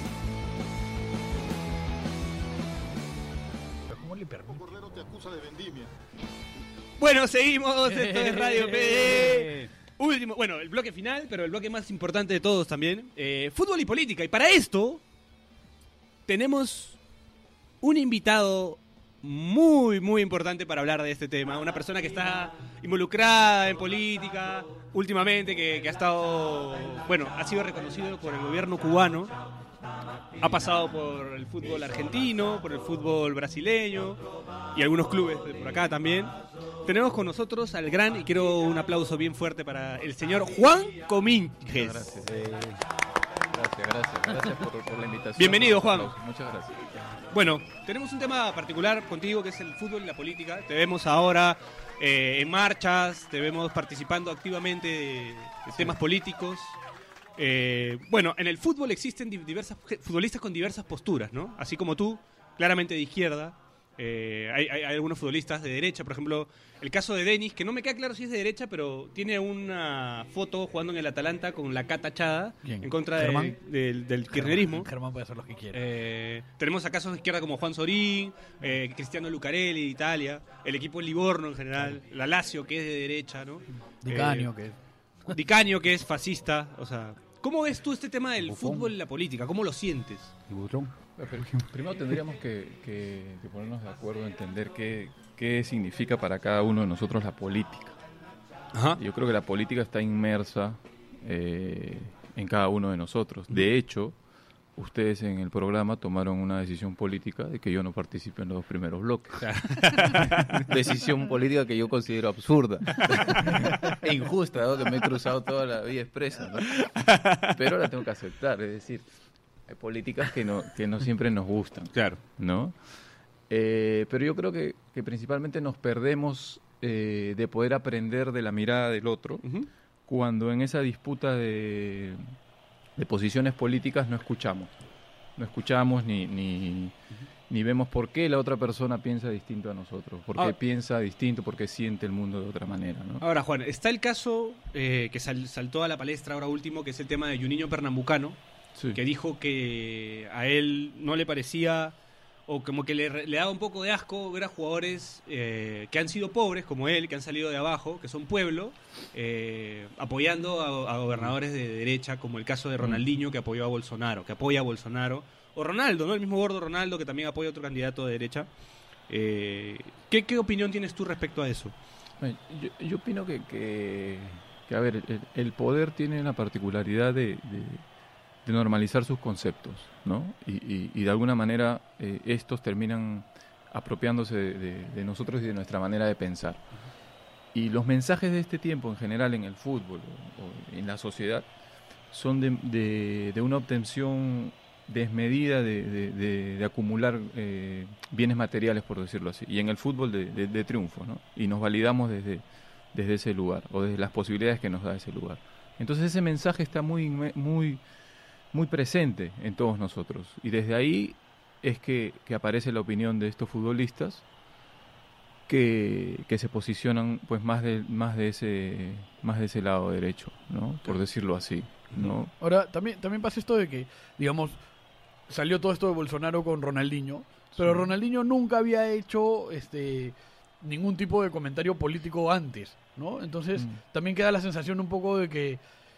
¿Cómo le permite? Cordero te acusa de vendimia. Bueno, seguimos. Esto es Radio P D. Último, bueno, el bloque final, pero el bloque más importante de todos también. Eh, fútbol y política. Y para esto tenemos un invitado muy, muy importante para hablar de este tema. Una persona que está involucrada en política últimamente, que, que ha estado, bueno, ha sido reconocido por el gobierno cubano. Ha pasado por el fútbol argentino, por el fútbol brasileño y algunos clubes de por acá también. Tenemos con nosotros al gran, y quiero un aplauso bien fuerte para el señor Juan Comínguez. Gracias, eh, gracias, gracias, gracias por, por la invitación. Bienvenido, por los Juan. aplausos. Muchas gracias. Bueno, tenemos un tema particular contigo que es el fútbol y la política. Te vemos ahora eh, en marchas, te vemos participando activamente de, de temas políticos. Eh, bueno, en el fútbol existen di- diversas futbolistas con diversas posturas, ¿no? Así como tú, claramente de izquierda. Eh, hay, hay, hay algunos futbolistas de derecha, por ejemplo, el caso de Denis, que no me queda claro si es de derecha, pero tiene una foto jugando en el Atalanta con la K tachada en contra de, de, del kirchnerismo. Germán puede hacer lo que quiera. Eh, tenemos a casos de izquierda como Juan Sorín, eh, Cristiano Lucarelli de Italia, el equipo Livorno en general, claro. La Lazio, que es de derecha, ¿no? Di Canio, eh, que Di Canio, que es fascista. O sea, ¿cómo ves tú este tema del Bufón. Fútbol y la política? ¿Cómo lo sientes? El Butrón. Primero tendríamos que, que, que ponernos de acuerdo, entender qué, qué significa para cada uno de nosotros la política. Ajá. Yo creo que la política está inmersa eh, en cada uno de nosotros. De hecho, ustedes en el programa tomaron una decisión política de que yo no participe en los dos primeros bloques. Decisión política que yo considero absurda e injusta, ¿no? Que me he cruzado toda la vía expresa, ¿no? Pero la tengo que aceptar, es decir, hay políticas que no, que no siempre nos gustan, claro, ¿no? Eh, pero yo creo que, que principalmente nos perdemos eh, de poder aprender de la mirada del otro, uh-huh. cuando en esa disputa de, de posiciones políticas no escuchamos. No escuchamos ni, ni, uh-huh. ni vemos por qué la otra persona piensa distinto a nosotros, por qué ah. piensa distinto, por qué siente el mundo de otra manera, ¿no? Ahora, Juan, está el caso eh, que sal, saltó a la palestra ahora último, que es el tema de Juninho Pernambucano, sí. que dijo que a él no le parecía, o como que le, le daba un poco de asco ver a jugadores eh, que han sido pobres, como él, que han salido de abajo, que son pueblo, eh, apoyando a, a gobernadores de derecha, como el caso de Ronaldinho, que apoyó a Bolsonaro, que apoya a Bolsonaro, o Ronaldo, ¿no? El mismo gordo Ronaldo, que también apoya a otro candidato de derecha. Eh, ¿qué, ¿Qué opinión tienes tú respecto a eso? Yo, yo opino que, que, que, a ver, el, el poder tiene una particularidad de... de de normalizar sus conceptos, ¿no? Y, y, y de alguna manera eh, estos terminan apropiándose de, de, de nosotros y de nuestra manera de pensar. Y los mensajes de este tiempo en general en el fútbol o, o en la sociedad son de, de, de una obtención desmedida de, de, de, de acumular eh, bienes materiales, por decirlo así, y en el fútbol de, de, de triunfo, ¿no? Y nos validamos desde, desde ese lugar o desde las posibilidades que nos da ese lugar. Entonces ese mensaje está muy... muy muy presente en todos nosotros, y desde ahí es que, que aparece la opinión de estos futbolistas que, que se posicionan pues más de más de ese más de ese lado derecho, ¿no? Por decirlo así, ¿no? Ahora también también pasa esto de que, digamos, salió todo esto de Bolsonaro con Ronaldinho, pero sí. Ronaldinho nunca había hecho este ningún tipo de comentario político antes, ¿no? Entonces, mm. también queda la sensación un poco de que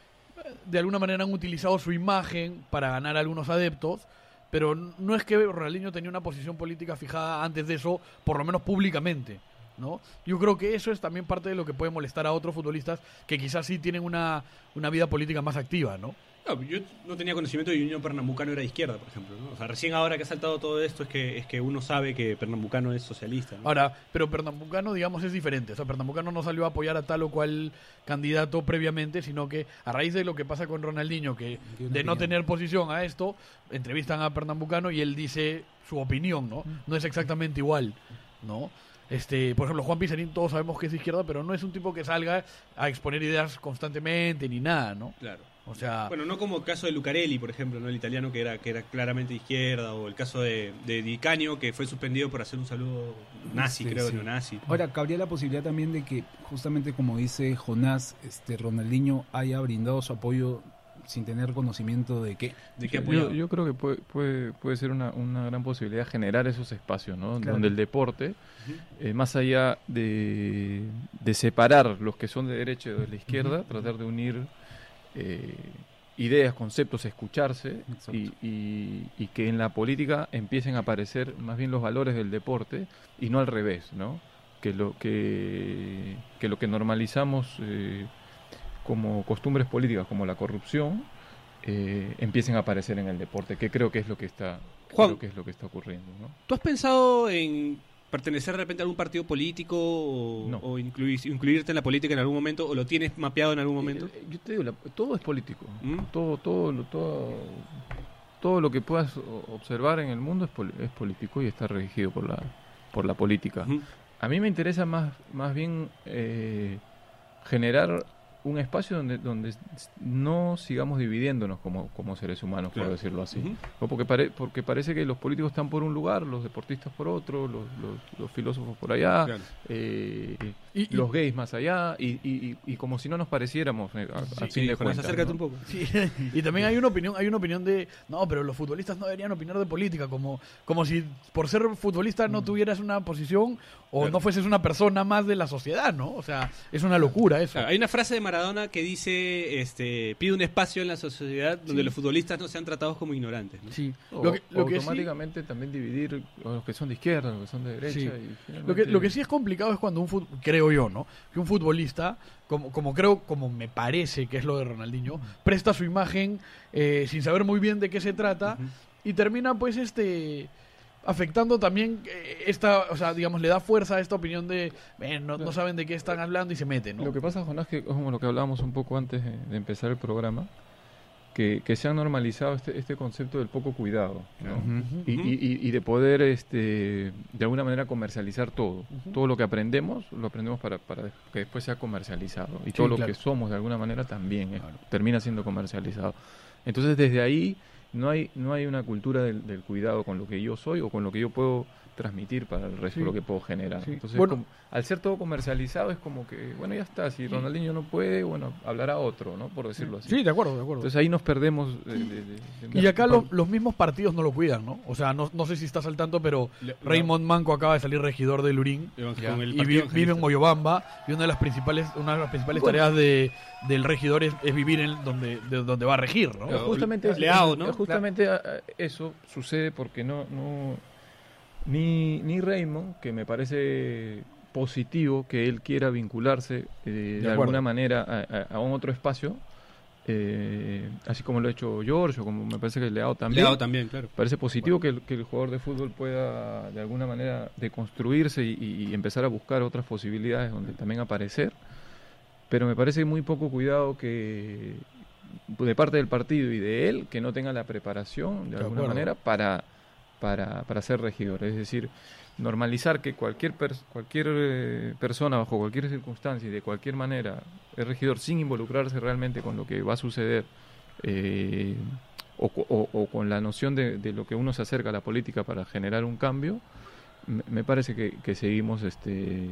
de alguna manera han utilizado su imagen para ganar a algunos adeptos, pero no es que Ronaldinho tenía una posición política fijada antes de eso, por lo menos públicamente, ¿no? Yo creo que eso es también parte de lo que puede molestar a otros futbolistas que quizás sí tienen una, una vida política más activa, ¿no? No, yo no tenía conocimiento de que Juninho Pernambucano era de izquierda, por ejemplo, ¿no? O sea, recién ahora que ha saltado todo esto es que es que uno sabe que Pernambucano es socialista, ¿no? Ahora, pero Pernambucano, digamos, es diferente. O sea, Pernambucano no salió a apoyar a tal o cual candidato previamente, sino que a raíz de lo que pasa con Ronaldinho, que de no tener posición a esto, entrevistan a Pernambucano y él dice su opinión, ¿no? No es exactamente igual, ¿no? Este, por ejemplo, Juan Pizarrín, todos sabemos que es de izquierda, pero no es un tipo que salga a exponer ideas constantemente ni nada, ¿no? Claro. O sea, bueno, no como el caso de Lucarelli, por ejemplo, ¿no? El italiano que era que era claramente de izquierda, o el caso de, de Di Canio, que fue suspendido por hacer un saludo nazi, sí, creo, sí. neonazi. Ahora, cabría la posibilidad también de que, justamente como dice Jonás, este Ronaldinho haya brindado su apoyo sin tener conocimiento de qué. ¿De qué yo, yo creo que puede, puede, puede ser una, una gran posibilidad generar esos espacios, ¿no? Claro. Donde el deporte, uh-huh. eh, más allá de, de separar los que son de derecha y de la izquierda, uh-huh. tratar de unir Eh, ideas, conceptos, escucharse y, y, y que en la política empiecen a aparecer más bien los valores del deporte y no al revés, ¿no? Que lo que, que, lo que normalizamos eh, como costumbres políticas, como la corrupción, eh, empiecen a aparecer en el deporte, que creo que es lo que está, Juan, creo que es lo que está ocurriendo, ¿no? ¿Tú has pensado en pertenecer de repente a algún partido político o, no. o incluir, incluirte en la política en algún momento, o lo tienes mapeado en algún momento? Eh, yo te digo, la, todo es político. ¿Mm? Todo, todo, todo, todo lo que puedas observar en el mundo es, pol, es político y está regido por la, por la política. ¿Mm? A mí me interesa más, más bien eh, generar un espacio donde donde no sigamos dividiéndonos como, como seres humanos, Claro. por decirlo así. Ujú. O porque, pare, porque parece que los políticos están por un lugar, los deportistas por otro, los, los, los filósofos por allá, Claro. eh, Y- y- los gays más allá, y, y, y, y como si no nos pareciéramos eh, a, a fin Sí, de Jonás, cuentas. acércate ¿no? un poco. Sí, y también hay una opinión, hay una opinión de, no, pero los futbolistas no deberían opinar de política, como, como si por ser futbolista no tuvieras una posición o Claro. no fueses una persona más de la sociedad, ¿no? O sea, es una locura eso. Claro, hay una frase de Maradona que dice, este, pide un espacio en la sociedad donde Sí. los futbolistas no sean tratados como ignorantes. ¿no? Sí. O, Lo que, lo o que sí, automáticamente también dividir a los que son de izquierda, los que son de derecha. Sí. Y lo que, finalmente- lo que sí es complicado es cuando un fut- creo yo, ¿no? Que un futbolista, como, como creo, como me parece que es lo de Ronaldinho, presta su imagen eh, sin saber muy bien de qué se trata y termina pues este afectando también eh, esta, o sea, digamos, le da fuerza a esta opinión de eh, no, no saben de qué están hablando y se meten, ¿no? Lo que pasa, Jonás, que es como lo que hablábamos un poco antes de, de empezar el programa, que, que se ha normalizado este, este concepto del poco cuidado, ¿no? Ujú. y, y- y- y de poder, este, de alguna manera, comercializar todo. Todo lo que aprendemos, lo aprendemos para, para que después sea comercializado. Y todo lo claro. que somos, de alguna manera, también es- termina siendo comercializado. Entonces, desde ahí, no hay, no hay una cultura del, del cuidado con lo que yo soy o con lo que yo puedo transmitir para el resto Sí. de lo que puedo generar. Sí. Entonces, Bueno. como- al ser todo comercializado, es como que, bueno, ya está. Si Ronaldinho no puede, bueno, hablará otro, ¿no? Por decirlo así. Sí, de acuerdo, de acuerdo. Entonces ahí nos perdemos. de- de- de- de- Y acá lo- los mismos partidos no lo cuidan, ¿no? O sea, no, no sé si estás al tanto, pero Le- Raymond Manco acaba de salir regidor de Lurín Con ya, el y partido vi- vive en evangelista. Moyobamba y una de las principales una de las principales Bueno. tareas de, del regidor es, es vivir en donde de donde va a regir, ¿no? Claro. Justamente, es- Leao, es- ¿no? justamente a- a- eso sucede porque no, no ni, ni Raymond, que me parece positivo que él quiera vincularse eh, de, acuerdo. alguna manera a, a- a un otro espacio, eh, así como lo ha hecho George, o como me parece que Leao también. Leao también, claro. Parece positivo que, el, que el jugador de fútbol pueda de alguna manera deconstruirse y, y- y empezar a buscar otras posibilidades donde también aparecer, pero me parece muy poco cuidado que de parte del partido y de él que no tenga la preparación de, De alguna acuerdo. manera para, para, para ser regidor, es decir, normalizar que cualquier pers- cualquier eh, persona bajo cualquier circunstancia y de cualquier manera es regidor sin involucrarse realmente con lo que va a suceder eh, o, co- o- o con la noción de, de lo que uno se acerca a la política para generar un cambio, me, me parece que, que seguimos este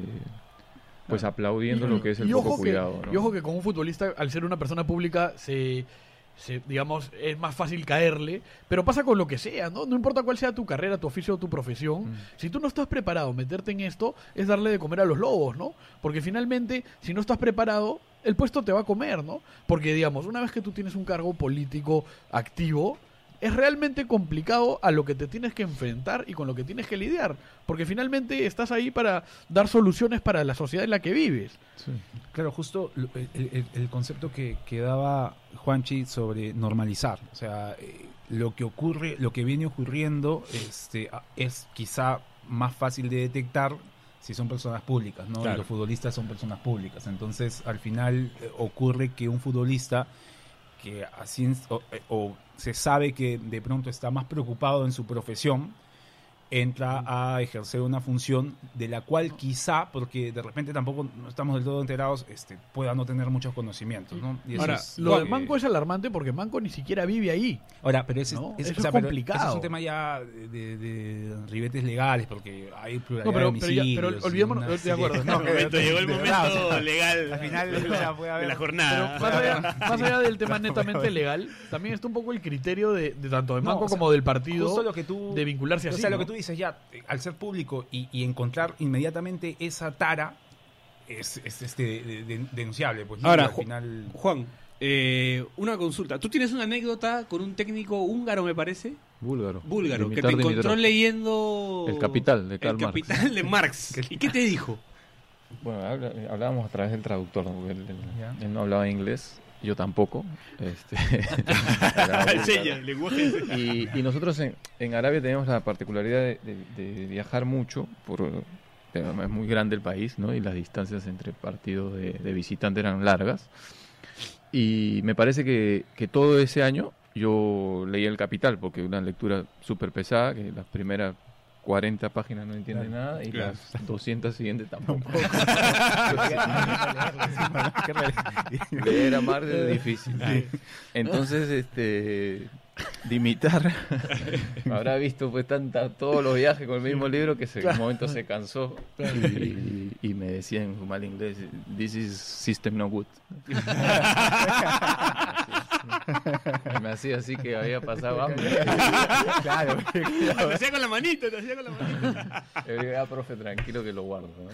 pues aplaudiendo Y- lo que es el y poco ojo que- cuidado, ¿no? Y ojo que con un futbolista, al ser una persona pública, se, se, digamos, es más fácil caerle, pero pasa con lo que sea, ¿no? No importa cuál sea tu carrera, tu oficio o tu profesión, Mm. si tú no estás preparado, meterte en esto es darle de comer a los lobos, ¿no? Porque finalmente, si no estás preparado, el puesto te va a comer, ¿no? Porque, digamos, una vez que tú tienes un cargo político activo, es realmente complicado a lo que te tienes que enfrentar y con lo que tienes que lidiar, porque finalmente estás ahí para dar soluciones para la sociedad en la que vives. Sí. Claro, justo lo- el, el- el concepto que, que daba Juanchi sobre normalizar, o sea, eh, lo que ocurre, lo que viene ocurriendo, este, a- es quizá más fácil de detectar si son personas públicas, ¿no? Claro. Y los futbolistas son personas públicas, entonces al final eh, ocurre que un futbolista que así en- o, eh, o se sabe que de pronto está más preocupado en su profesión, entra a ejercer una función de la cual quizá, porque de repente tampoco no estamos del todo enterados, este, pueda no tener muchos conocimientos, ¿no? Y eso Ahora, es lo de que- Manco es alarmante porque Manco ni siquiera vive ahí. Ahora, pero ese, ¿no? es, Eso o sea, es pero complicado. ese es un tema ya de, de- de ribetes legales, porque hay pluralidad No, pero- de pero ya- pero homicidios y olvidémonos- una de serie- acuerdo, no, de- momento, llegó el de momento verdad, o sea, legal al final, o sea, puede de haber- la Pero jornada. más allá, más allá del tema netamente legal, también está un poco el criterio de, de tanto de No, Manco o sea, como del partido justo lo que tú, de vincularse o así. sea, lo ¿no? que tú dices ya, eh, al ser público y, y encontrar inmediatamente esa tara es, es, este, de- de- denunciable. Pues, ¿no? Ahora, Y al Ju- final... Juan, eh, una consulta. Tú tienes una anécdota con un técnico húngaro, me parece, Búlgaro. búlgaro, que Dimitar te encontró Dimitrov. leyendo El Capital de Karl El Marx. Capital de Marx. ¿Y qué te dijo? Bueno, habla- eh, hablábamos a través del traductor, ¿no? Porque él, él- Ya. él no hablaba inglés, yo tampoco. Este, hablaba búlgaro. Enseña, lenguaje. y, y nosotros en, en Arabia tenemos la particularidad de, de- de viajar mucho, por, eh, es muy grande el país, ¿no? Y las distancias entre partidos de, de visitante eran largas. Y me parece que, que todo ese año yo leí El Capital, porque una lectura súper pesada, que las primeras cuarenta páginas no entiende Claro. nada y Claro. las doscientas siguientes tampoco. Leer a Marx es difícil. Entonces, este, de imitar, habrá visto pues tanta, todos los viajes con el mismo libro que se, en un momento se cansó y, y me decía en su mal inglés, "This is system no good". Y me hacía así que había pasado hambre. Claro, Te hacía con la manito, te hacía con la manito. Yo digo, "Ah, profe, tranquilo que lo guardo", ¿no?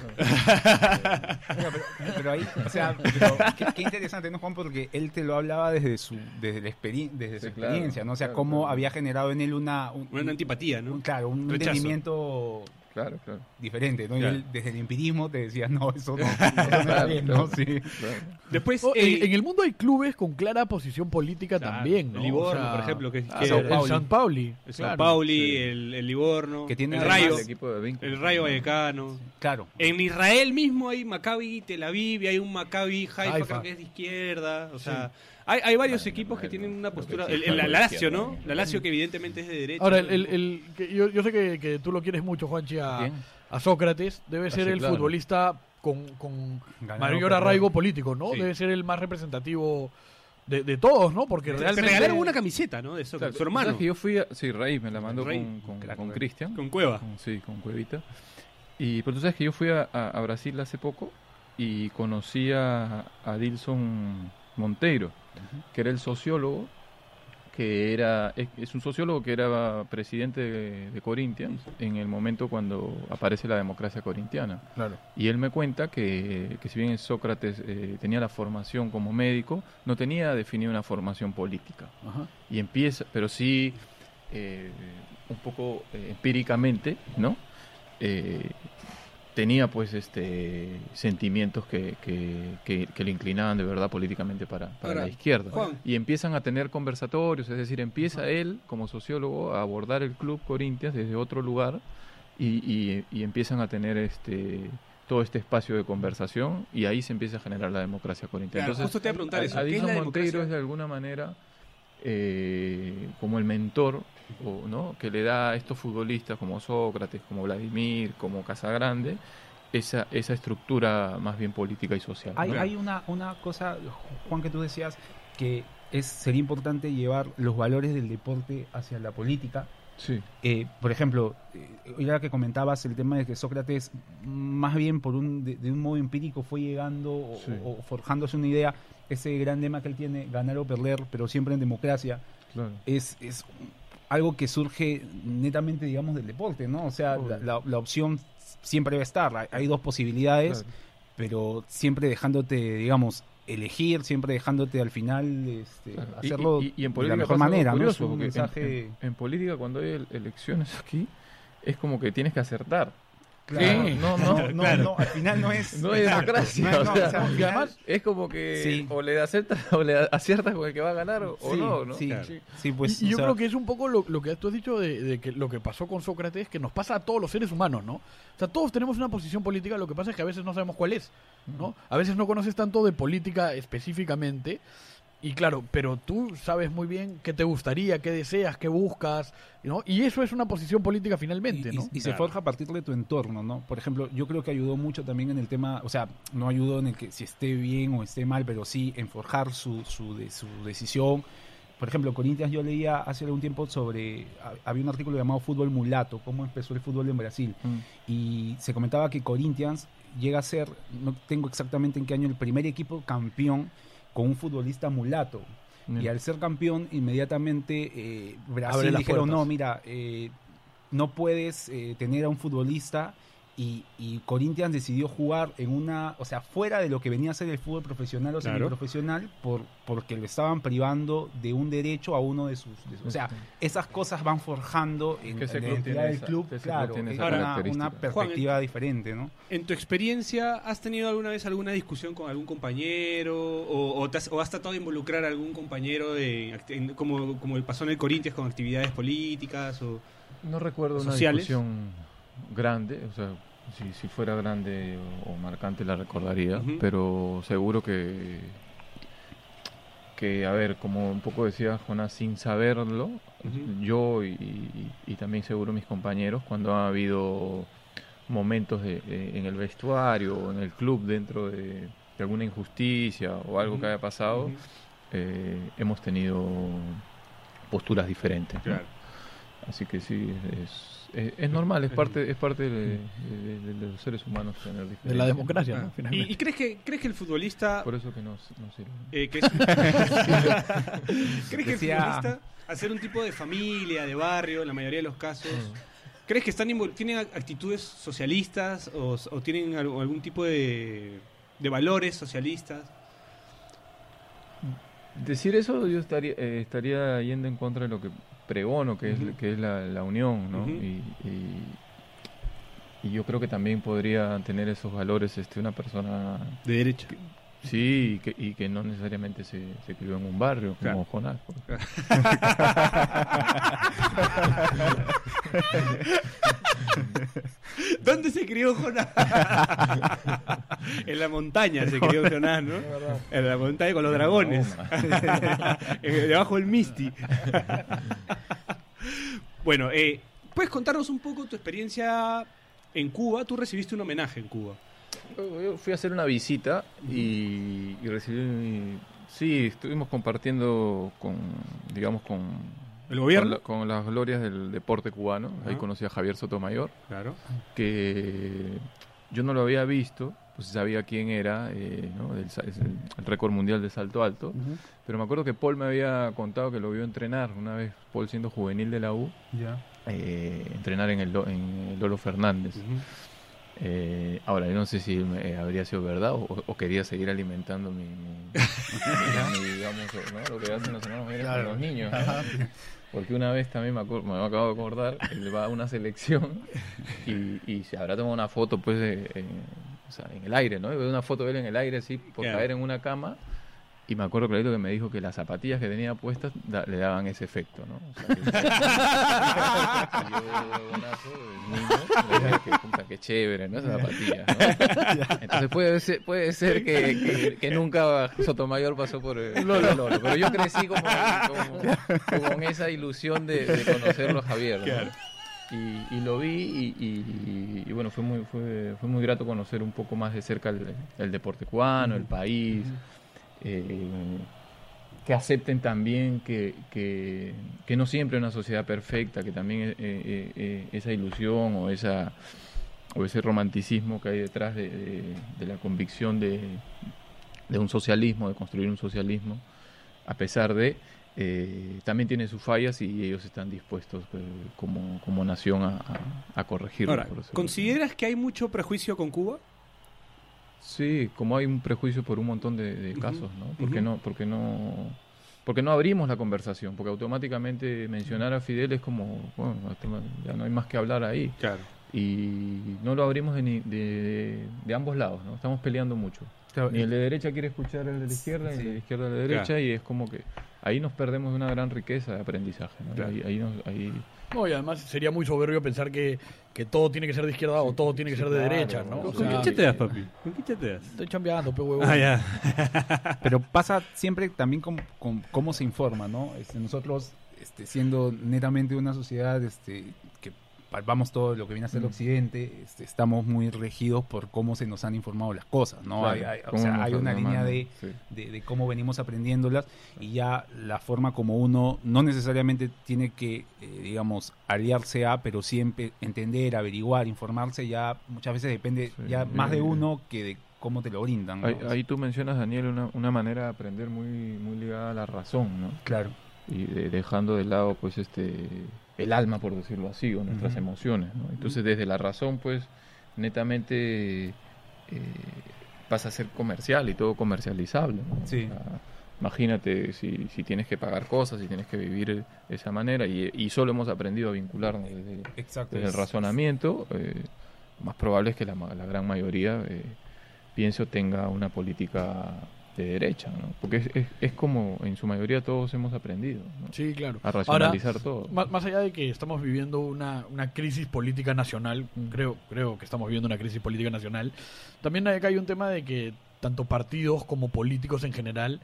Bueno, pero, pero ahí, o sea, pero qué, qué interesante, ¿no, Juan? Porque él te lo hablaba desde su, desde la experi- desde su Sí, claro, experiencia, ¿no? O sea, claro, cómo claro. había generado en él una, un, Una antipatía, ¿no? un- claro, un Rechazo. entendimiento Claro, claro. diferente, ¿no? Y Claro. él, desde el empirismo te decía, no, eso no, eso no está Claro, bien, claro. ¿no? Sí. Claro. Después, Oh, eh, en, en el mundo hay clubes con clara posición política claro, también, ¿no? el Livorno, O sea, por ejemplo, que, ah, que- Sao el, Pauli. El San Pauli. el Sao claro. Pauli, Sí. el, el Livorno, Que tiene el además Rayo, El equipo de vínculos. el Rayo Vallecano. Claro. En Israel mismo hay Maccabi Tel Aviv, y hay un Maccabi Haifa, Haifa. creo que es de izquierda. O sea, hay, hay varios Bueno, equipos que bueno, tienen una lo que postura. sí El, está el- la con Lazio, izquierda. ¿no? La Lazio que evidentemente es de derecha. Ahora, el, el, el- que yo, yo sé que, que tú lo quieres mucho, Juanchi, a, Bien. a Sócrates. Debe Ah, ser sí, el claro. futbolista con, con Ganado mayor por arraigo Real. político, ¿no? Sí. Debe ser el más representativo de, de todos, ¿no? Porque Te realmente... regalaron una camiseta, ¿no? De Sócrates, su Claro, hermano. ¿sabes que yo fui a, sí, Raíz me la mandó Raíz. con, con, Claro, con claro. Cristian. Con Cueva. Con- sí, con Cuevita. Y pero tú sabes que yo fui a, a- a Brasil hace poco y conocí a, a Dilson Monteiro, que era el sociólogo, que era es, es un sociólogo que era presidente de, de Corinthians en el momento cuando aparece la democracia corintiana. Claro. Y él me cuenta que, que si bien Sócrates eh, tenía la formación como médico, no tenía definida una formación política. Ajá. Y empieza, pero sí eh, un poco eh, empíricamente, ¿no? Eh, tenía pues este sentimientos que, que, que, que le inclinaban de verdad políticamente para, para Ahora, la izquierda. Juan. Y empiezan a tener conversatorios, es decir, empieza él como sociólogo a abordar el club Corinthians desde otro lugar y, y, y empiezan a tener este todo este espacio de conversación y ahí se empieza a generar la democracia corintiana. Claro, Entonces, justo te iba a preguntar eso. ¿Qué es Adilson la Monteiro democracia? es de alguna manera eh, como el mentor, o, ¿no? que le da a estos futbolistas como Sócrates, como Vladimir, como Casagrande, esa, esa estructura más bien política y social. Hay, ¿no? hay una, una cosa, Juan, que tú decías, que es sería importante llevar los valores del deporte hacia la política. Sí. Eh, por ejemplo, eh, ya que comentabas el tema de que Sócrates, más bien por un de, de un modo empírico, fue llegando o, Sí. o forjándose una idea, ese gran lema que él tiene, ganar o perder, pero siempre en democracia, Claro. es, es algo que surge netamente, digamos, del deporte, ¿no? O sea, la, Obvio. la- la opción siempre va a estar, hay, hay dos posibilidades, Claro. pero siempre dejándote, digamos, elegir, siempre dejándote al final este, Claro. Y- hacerlo y, y en de la política mejor pasa algo manera, ¿no? curioso, Es un porque en- mensaje... en, en política cuando hay el- elecciones aquí es como que tienes que acertar. Claro. Sí. No, no, No, no, no, al final no es... No hay democracia. No, no, o sea, o sea, al y final- además, es como que Sí. o le aciertas o le aciertas con el que va a ganar o, o Sí, no, ¿no? sí, Claro. sí, pues... y, y yo o sea, creo que es un poco lo, lo que tú has dicho de, de que lo que pasó con Sócrates, que nos pasa a todos los seres humanos, ¿no? O sea, todos tenemos una posición política, lo que pasa es que a veces no sabemos cuál es, ¿no? A veces no conoces tanto de política específicamente, y claro, pero tú sabes muy bien qué te gustaría, qué deseas, qué buscas, ¿no? Y eso es una posición política finalmente, y, ¿no? y- y se Claro. forja a partir de tu entorno, ¿no? Por ejemplo, yo creo que ayudó mucho también en el tema, o sea, no ayudó en el que si esté bien o esté mal, pero sí en forjar su, su, de, su decisión. Por ejemplo, Corinthians, yo leía hace algún tiempo sobre, ha- había un artículo llamado Fútbol Mulato, cómo empezó el fútbol en Brasil, Mm. y se comentaba que Corinthians llega a ser, no tengo exactamente en qué año, el primer equipo campeón con un futbolista mulato. Mm. Y al ser campeón, inmediatamente eh, Abre Brasil las dijeron, puertas. no, mira, eh, no puedes eh, tener a un futbolista, y, y Corinthians decidió jugar en una, o sea, fuera de lo que venía a ser el fútbol profesional o Claro. semiprofesional, por, porque lo estaban privando de un derecho a uno de sus... de sus- o sea, esas cosas van forjando en, Que ese en la club identidad tiene del esa- club, ese club claro, tiene es esa una, característica. una perspectiva diferente, ¿no? En tu experiencia, ¿has tenido alguna vez alguna discusión con algún compañero o, o, te has, o has tratado de involucrar a algún compañero de, act- en- como, como pasó en el Corinthians con actividades políticas? O... No recuerdo una sociales? discusión grande, o sea, si, si fuera grande o, o marcante la recordaría, Ujú. pero seguro que que, a ver, como un poco decía Jonás, sin saberlo, uh-huh. yo y, y, y también seguro mis compañeros, cuando ha habido momentos de, de, en el vestuario o en el club dentro de, de alguna injusticia o algo uh-huh. que haya pasado, uh-huh. eh, hemos tenido posturas diferentes, ¿no? Claro. Así que sí, es, es, es normal, es parte es parte de, de, de, de los seres humanos tener diferentes. De la democracia, ah. ¿no? Finalmente. ¿Y, ¿Y crees que crees que el futbolista... Por eso que no, no sirve. Eh, que es... ¿Crees que el futbolista, al ser un tipo de familia, de barrio, en la mayoría de los casos, crees que están invol- tienen actitudes socialistas o, o tienen algún, algún tipo de, de valores socialistas? Decir eso yo estaría eh, estaría yendo en contra de lo que pregono, que uh-huh. es que es la, la unión, ¿no? Uh-huh. y, y, y yo creo que también podría tener esos valores este una persona de derecha. Que, sí, y que, y que no necesariamente se, se crió en un barrio, como claro. Jonás. ¿Dónde se crió Jonás? En la montaña se crió Jonás, ¿no? En la montaña con los dragones. Debajo del Misty. Bueno, eh, ¿puedes contarnos un poco tu experiencia en Cuba? Tú recibiste un homenaje en Cuba. Yo fui a hacer una visita y, y recibí... Sí, estuvimos compartiendo con, digamos, con... ¿El gobierno? Con, la, con las glorias del deporte cubano. Uh-huh. Ahí conocí a Javier Sotomayor. Claro. Que yo no lo había visto, pues sabía quién era, eh, ¿no? el, el, el récord mundial de salto alto. Uh-huh. Pero me acuerdo que Paul me había contado que lo vio entrenar una vez, Paul siendo juvenil de la U. Ya. Yeah. Eh, entrenar en el, en el Lolo Fernández. Uh-huh. Eh, ahora, yo no sé si eh, habría sido verdad o, o quería seguir alimentando mi, mi, mi, mi digamos, ¿no? Lo que hacen los hermanos mayores claro. con los niños, ¿no? Porque una vez también me, acuerdo, me acabo de acordar, él va a una selección y, y se habrá tomado una foto pues de, eh, o sea, en el aire, ¿no? Y veo una foto de él en el aire así por claro. caer en una cama. Y me acuerdo clarito que me dijo que las zapatillas que tenía puestas da, le daban ese efecto, ¿no? O sea, que, y yo, buenazo, el niño, le dije que puta, qué chévere, ¿no? Esas zapatillas, ¿no? Entonces puede ser, puede ser que, que, que nunca Sotomayor pasó por el Lolo, pero yo crecí como, como, como con esa ilusión de, de conocerlo a Javier, ¿no? Claro. Y, y lo vi y, y, y bueno, fue muy, fue, fue muy grato conocer un poco más de cerca el, el deporte cubano, el país. Eh, que acepten también que, que, que no siempre es una sociedad perfecta, que también eh, eh, eh, esa ilusión o esa o ese romanticismo que hay detrás de, de, de la convicción de, de un socialismo, de construir un socialismo, a pesar de eh, también tiene sus fallas y ellos están dispuestos eh, como, como nación a, a, a corregirlo. Ahora, ¿consideras que hay mucho prejuicio con Cuba? Sí, como hay un prejuicio por un montón de, de uh-huh. casos, ¿no? Porque uh-huh. no, porque no, porque no abrimos la conversación, porque automáticamente mencionar a Fidel es como, bueno, ya no hay más que hablar ahí. Claro. Y no lo abrimos de, ni, de, de ambos lados, ¿no? Estamos peleando mucho. Claro. Ni el de derecha quiere escuchar el de la izquierda, sí. ni el de la izquierda el de derecha, claro. y es como que ahí nos perdemos de una gran riqueza de aprendizaje, ¿no? Claro. Ahí, ahí, nos, ahí No, y además sería muy soberbio pensar que, que todo tiene que ser de izquierda o todo tiene que sí, ser de claro, derecha, ¿no? ¿Con, o sea, ¿con qué chateas, papi? ¿Con qué chateas? Estoy chambeando, pe huevón. Ah, ya. Pero pasa siempre también con, con cómo se informa, ¿no? Este, nosotros, este, siendo netamente una sociedad este, que palpamos todo lo que viene a ser el occidente, este, estamos muy regidos por cómo se nos han informado las cosas, ¿no? Claro, hay, hay, o sea, hay una línea de, sí. de, de cómo venimos aprendiéndolas y ya la forma como uno no necesariamente tiene que, eh, digamos, aliarse a, pero siempre entender, averiguar, informarse, ya muchas veces depende sí, ya más de uno que de cómo te lo brindan, ¿no? Ahí, ahí tú mencionas, Daniel, una, una manera de aprender muy, muy ligada a la razón, ¿no? Claro. Y de, dejando de lado, pues, este... el alma, por decirlo así, o nuestras uh-huh. emociones, ¿no? Entonces, desde la razón, pues, netamente eh, pasa a ser comercial y todo comercializable, ¿no? Sí. O sea, imagínate si, si tienes que pagar cosas, si tienes que vivir de esa manera, y, y solo hemos aprendido a vincularnos desde, desde el razonamiento, eh, más probable es que la, la gran mayoría eh, piense o tenga una política de derecha, ¿no? Porque es, es, es como en su mayoría todos hemos aprendido, ¿no? Sí, claro. A racionalizar Ahora, todo. Más, más allá de que estamos viviendo una, una crisis política nacional, creo, creo que estamos viviendo una crisis política nacional, también acá hay un tema de que tanto partidos como políticos en general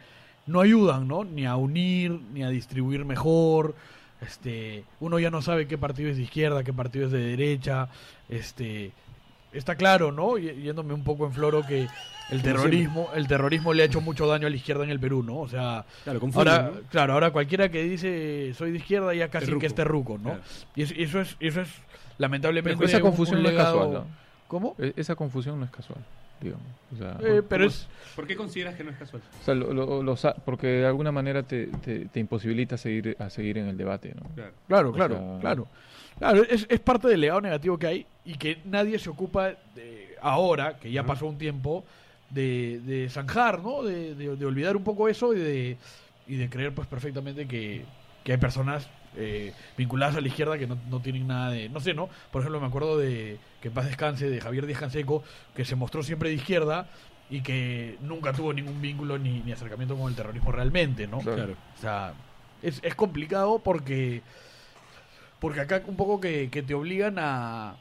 no ayudan, ¿no? Ni a unir, ni a distribuir mejor. Este, uno ya no sabe qué partido es de izquierda, qué partido es de derecha. Este, está claro, ¿no? Y- Yéndome un poco en floro que el terrorismo, el terrorismo le ha hecho mucho daño a la izquierda en el Perú, ¿no? O sea, Claro, confunden, ahora, ¿no? claro, ahora cualquiera que dice soy de izquierda ya casi Terruco. que es terruco, ¿no? Claro. Y es- eso es, eso es lamentablemente Pero esa un- confusión un no es legado- casual, ¿no? ¿Cómo? E- Esa confusión no es casual, digamos. O sea, Eh, pero ¿Cómo es ¿Por qué consideras que no es casual? o sea, lo- lo- lo sa- porque de alguna manera te, te, te imposibilita seguir a seguir en el debate, ¿no? Claro. Claro, O claro, sea- claro. Claro, es, es parte del legado negativo que hay y que nadie se ocupa de, ahora, que ya Ajá. pasó un tiempo, de, de zanjar, ¿no? De, de- de olvidar un poco eso y de, y de creer pues perfectamente que, que hay personas eh, vinculadas a la izquierda que no, no tienen nada de... No sé, ¿no? Por ejemplo, me acuerdo de que en paz descanse, de Javier Díaz Canseco, que se mostró siempre de izquierda y que nunca tuvo ningún vínculo ni, ni acercamiento con el terrorismo realmente, ¿no? Claro. Claro. O sea, es, es complicado porque porque acá un poco que, que te obligan a...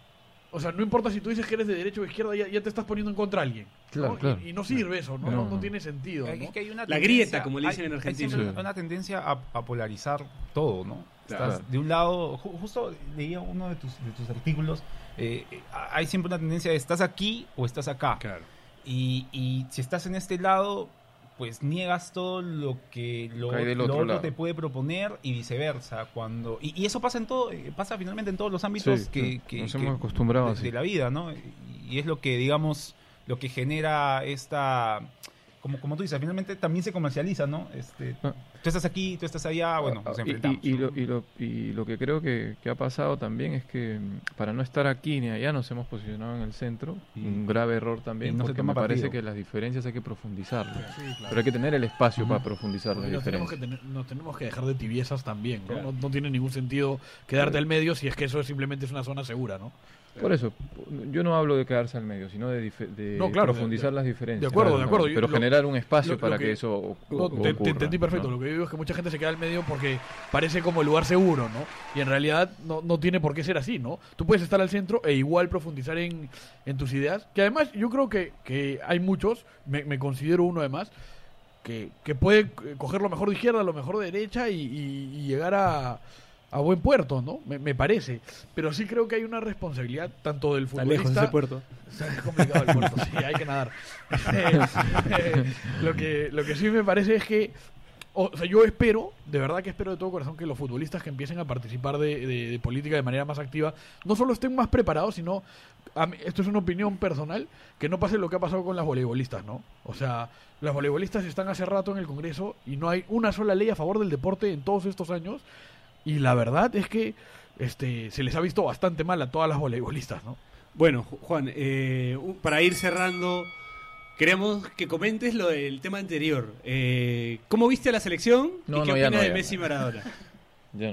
O sea, no importa si tú dices que eres de derecha o izquierda, ya, ya te estás poniendo en contra a alguien. ¿no? Claro, Y- claro. Y, no sirve eso, ¿no? No, No, no no. tiene sentido, ¿no? Es que hay una La tendencia- grieta, como le dicen hay- en hay Argentina. siempre Sí. una tendencia a, a polarizar todo, ¿no? Claro. Estás de un lado, ju- justo leía uno de tus, de tus artículos, eh, eh, hay siempre una tendencia de estás aquí o estás acá. Claro. Y, y si estás en este lado, pues niegas todo lo que lo, Que hay del lo otro otro lado. te puede proponer y viceversa. Cuando y, y eso pasa en todo, eh, pasa finalmente en todos los ámbitos Sí, que, sí. que- Nos que- hemos acostumbrado de, así. de la vida, ¿no? Y, y es lo que, digamos, lo que genera esta... Como, como tú dices, finalmente también se comercializa, ¿no? Este, Ah. tú estás aquí, tú estás allá, bueno, nos Ah, y- enfrentamos. Y, y ¿no? lo, y, lo, y lo que creo que, que ha pasado también es que mm, para no estar aquí ni allá nos hemos posicionado en el centro. Y- un grave error también, y no se porque toma me parece partido. que las diferencias hay que profundizarlas. Sí, claro. Pero hay que tener el espacio Ujú. para profundizar las Porque nos tenemos, que diferencias. tener- nos tenemos que dejar de tibiezas también, ¿no? Claro. No, no tiene ningún sentido quedarte al medio si es que eso simplemente es una zona segura, ¿no? Por eso, yo no hablo de quedarse al medio, sino de, dife- de No, claro, profundizar de- las diferencias. de acuerdo, de acuerdo. Pero Yo- generar un espacio lo- lo para que- que, eso o- No, o- te, te ocurra, entendí perfecto. ¿no? Lo que yo digo es que mucha gente se queda al medio porque parece como el lugar seguro, ¿no? Y en realidad no, no tiene por qué ser así, ¿no? Tú puedes estar al centro e igual profundizar en, en tus ideas. Que además yo creo que, que hay muchos, me, me considero uno además, que, que puede eh, coger lo mejor de izquierda, lo mejor de derecha y, y- y llegar a, a buen puerto, ¿no? Me, me parece. Pero sí creo que hay una responsabilidad tanto del Está lejos futbolista... ese puerto. O sea, es complicado el puerto, sí, hay que nadar. Eh, lo, que, lo que sí me parece es que, o sea, yo espero, de verdad que espero de todo corazón que los futbolistas que empiecen a participar de, de- de política de manera más activa, no solo estén más preparados, sino, a mí- esto es una opinión personal, que no pase lo que ha pasado con las voleibolistas, ¿no? O sea, las voleibolistas están hace rato en el Congreso y no hay una sola ley a favor del deporte en todos estos años, y la verdad es que este se les ha visto bastante mal a todas las voleibolistas, ¿no? Bueno, Ju- Juan, eh, un- para ir cerrando, queremos que comentes lo del tema anterior. Eh, ¿Cómo viste a la selección No, y qué no, ya opinas no, de ya Messi y no. Maradona? Ya no.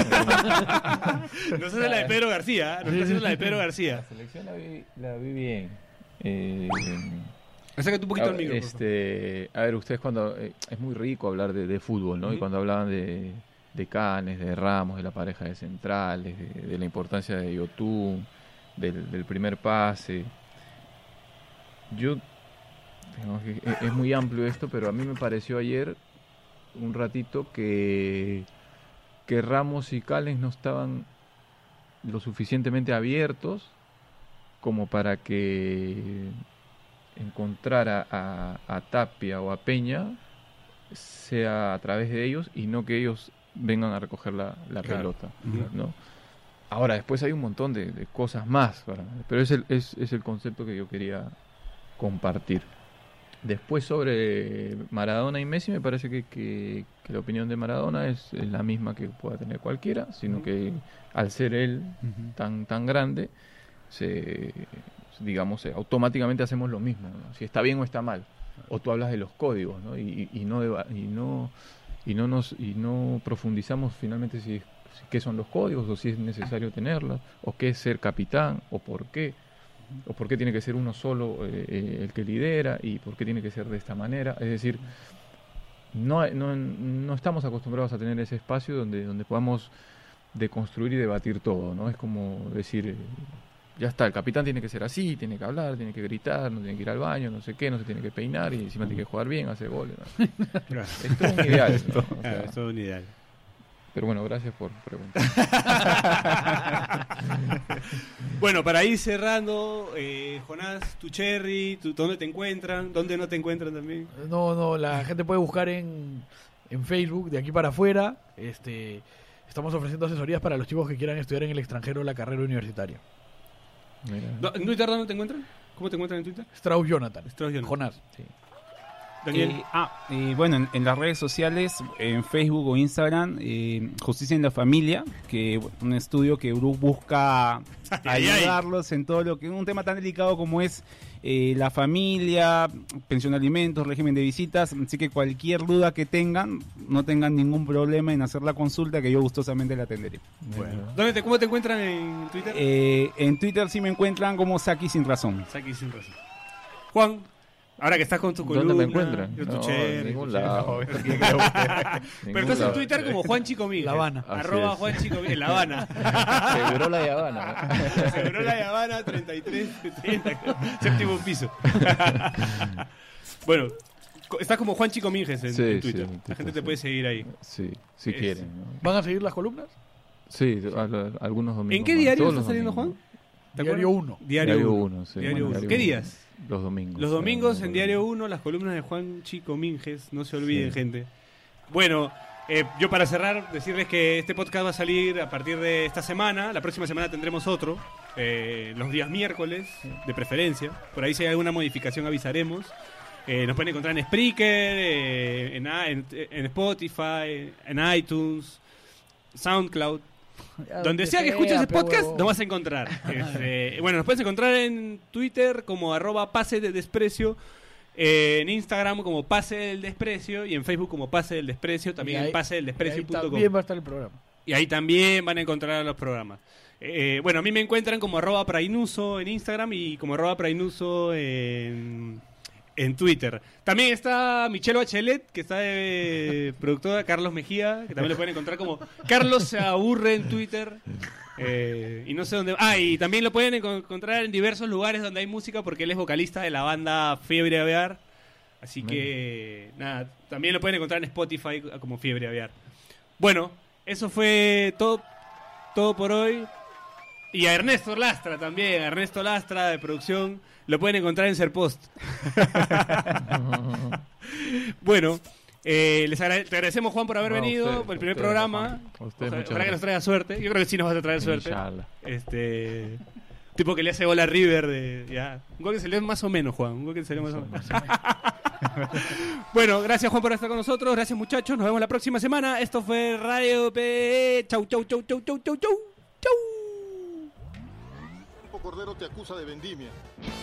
Nos hace la de Pedro García, ¿eh? Nos está haciendo la de Pedro García. La selección la vi, la vi bien. Eh, Acércate un poquito a, al micro. por favor. este, a ver, ustedes cuando... eh, es muy rico hablar de, de fútbol, ¿no? Y Ujú. cuando hablaban de, de Canes, de Ramos, de la pareja de centrales, de, de la importancia de Yotun, del, del primer pase. Yo... digamos que es, es muy amplio esto, pero a mí me pareció ayer un ratito que, que Ramos y Cales no estaban lo suficientemente abiertos como para que encontrara a, a Tapia o a Peña sea a través de ellos y no que ellos vengan a recoger la, la Claro. pelota, Ujú. ¿no? Ahora, después hay un montón de, de cosas más, para- pero es el, es, es el concepto que yo quería compartir. Después sobre Maradona y Messi, me parece que, que- que la opinión de Maradona es, es la misma que pueda tener cualquiera, sino Ujú. que al ser él Ujú. tan tan grande, se, digamos, eh, automáticamente hacemos lo mismo, ¿no? Si está bien o está mal. O tú hablas de los códigos, ¿no? Y, y no deba- y no y no nos y no profundizamos finalmente si, si qué son los códigos o si es necesario tenerlos o qué es ser capitán o por qué o por qué tiene que ser uno solo eh, eh, el que lidera y por qué tiene que ser de esta manera. Es decir, no, no, no estamos acostumbrados a tener ese espacio donde, donde podamos deconstruir y debatir todo, ¿no? Es como decir, eh, ya está, el capitán tiene que ser así, tiene que hablar, tiene que gritar, no tiene que ir al baño, no sé qué, no se tiene que peinar y encima tiene que jugar bien, hacer goles, ¿no? Es todo un ideal, ¿no? O sea, Claro, es todo un ideal. pero bueno, gracias por preguntar. Bueno, para ir cerrando, eh, Jonás, tu Cherry, tu, ¿dónde te encuentran? ¿Dónde no te encuentran también? No, no, la gente puede buscar en, en Facebook, de aquí para afuera. Este, estamos ofreciendo asesorías para los chicos que quieran estudiar en el extranjero la carrera universitaria. Mira. ¿No- ¿En Twitter dónde te encuentran? ¿Cómo te encuentran en Twitter? Strauss Jonathan. Strauss Jonathan. Jonás. Sí. Daniel. Eh, ah, eh, bueno, en, en las redes sociales, en Facebook o Instagram, eh, Justicia en la Familia, que bueno, un estudio que Bru busca Ay, ay. ayudarlos en todo lo que un tema tan delicado como es eh, la familia, pensión de alimentos, régimen de visitas, así que cualquier duda que tengan, no tengan ningún problema en hacer la consulta, que yo gustosamente la atenderé. Bueno. ¿Dónde te, ¿Cómo te encuentran en Twitter? Eh, en Twitter sí me encuentran como Saki Sin Razón. Saki sin razón. Juan, ahora que estás con tu columna. ¿Dónde me encuentran? con tu No, Cherry, en ningún tu lado. Cherry. Ningún Pero estás en lado. Twitter como Juan Chico Miguel. La Habana. Así Arroba es. Juan Chico Miguel. La Habana. Seguro la de Habana, ¿no? Seguro la de Habana, treinta y tres, séptimo piso. Bueno, co- estás como Juan Chico Minges en, Sí, en sí, Twitter. en La Twitter, gente te sí. puede seguir ahí. Sí, si Es- quieren. ¿no? ¿Van a seguir las columnas? Sí, a- a- algunos domingos. ¿En qué más, diario todos está los saliendo, domingos. Juan? ¿Te Diario acuerdas? uno. Diario, Diario uno. uno, sí. Diario Bueno, uno. Diario ¿Qué uno. días? Los domingos. Los sí, domingos los en Diario uno, las columnas de Juan Chico Minges. No se olviden, Sí. gente. Bueno, eh, yo para cerrar, decirles que este podcast va a salir a partir de esta semana. La próxima semana tendremos otro. eh, los días miércoles, de preferencia. Por ahí si hay alguna modificación avisaremos. Eh, nos pueden encontrar en Spreaker, eh, en, a- en- en Spotify, en iTunes, SoundCloud. Donde sea que escuches el podcast, nos vas a encontrar. Este, bueno, nos puedes encontrar en Twitter como arroba pase de desprecio, eh, en Instagram como pase del desprecio y en Facebook como pase del desprecio, también Y ahí- en pase del desprecio punto com. También va a estar el programa. Y ahí también van a encontrar los programas. Eh, bueno, a mí me encuentran como arroba prainuso en Instagram y como arroba prainuso en, en Twitter. También está Michelle Bachelet, que está de productora, Carlos Mejía, que también lo pueden encontrar como Carlos se aburre en Twitter. Eh, y no sé dónde. Ah, y también lo pueden enco- encontrar en diversos lugares donde hay música porque él es vocalista de la banda Fiebre Aviar. Así que, nada, también lo pueden encontrar en Spotify como Fiebre Aviar. Bueno, eso fue todo, todo por hoy. Y a Ernesto Lastra también, a Ernesto Lastra de producción, lo pueden encontrar en Serpost. Bueno, eh, les agra- te agradecemos, Juan, por haber No, a venido, ustedes, por el a primer ustedes, programa. Juan. A ustedes, Ojalá, muchas ojalá que nos gracias. traiga suerte. Yo creo que sí nos vas a traer suerte. Inshallah. Este, tipo que le hace gol a River. De, ya. Un gol que salió más o menos, Juan. Un gol que salió más o menos. Bueno, gracias, Juan, por estar con nosotros. Gracias, muchachos. Nos vemos la próxima semana. Esto fue Radio P. Chau, chau, chau, chau, chau, chau, chau. Chau. Cordero te acusa de vendimia.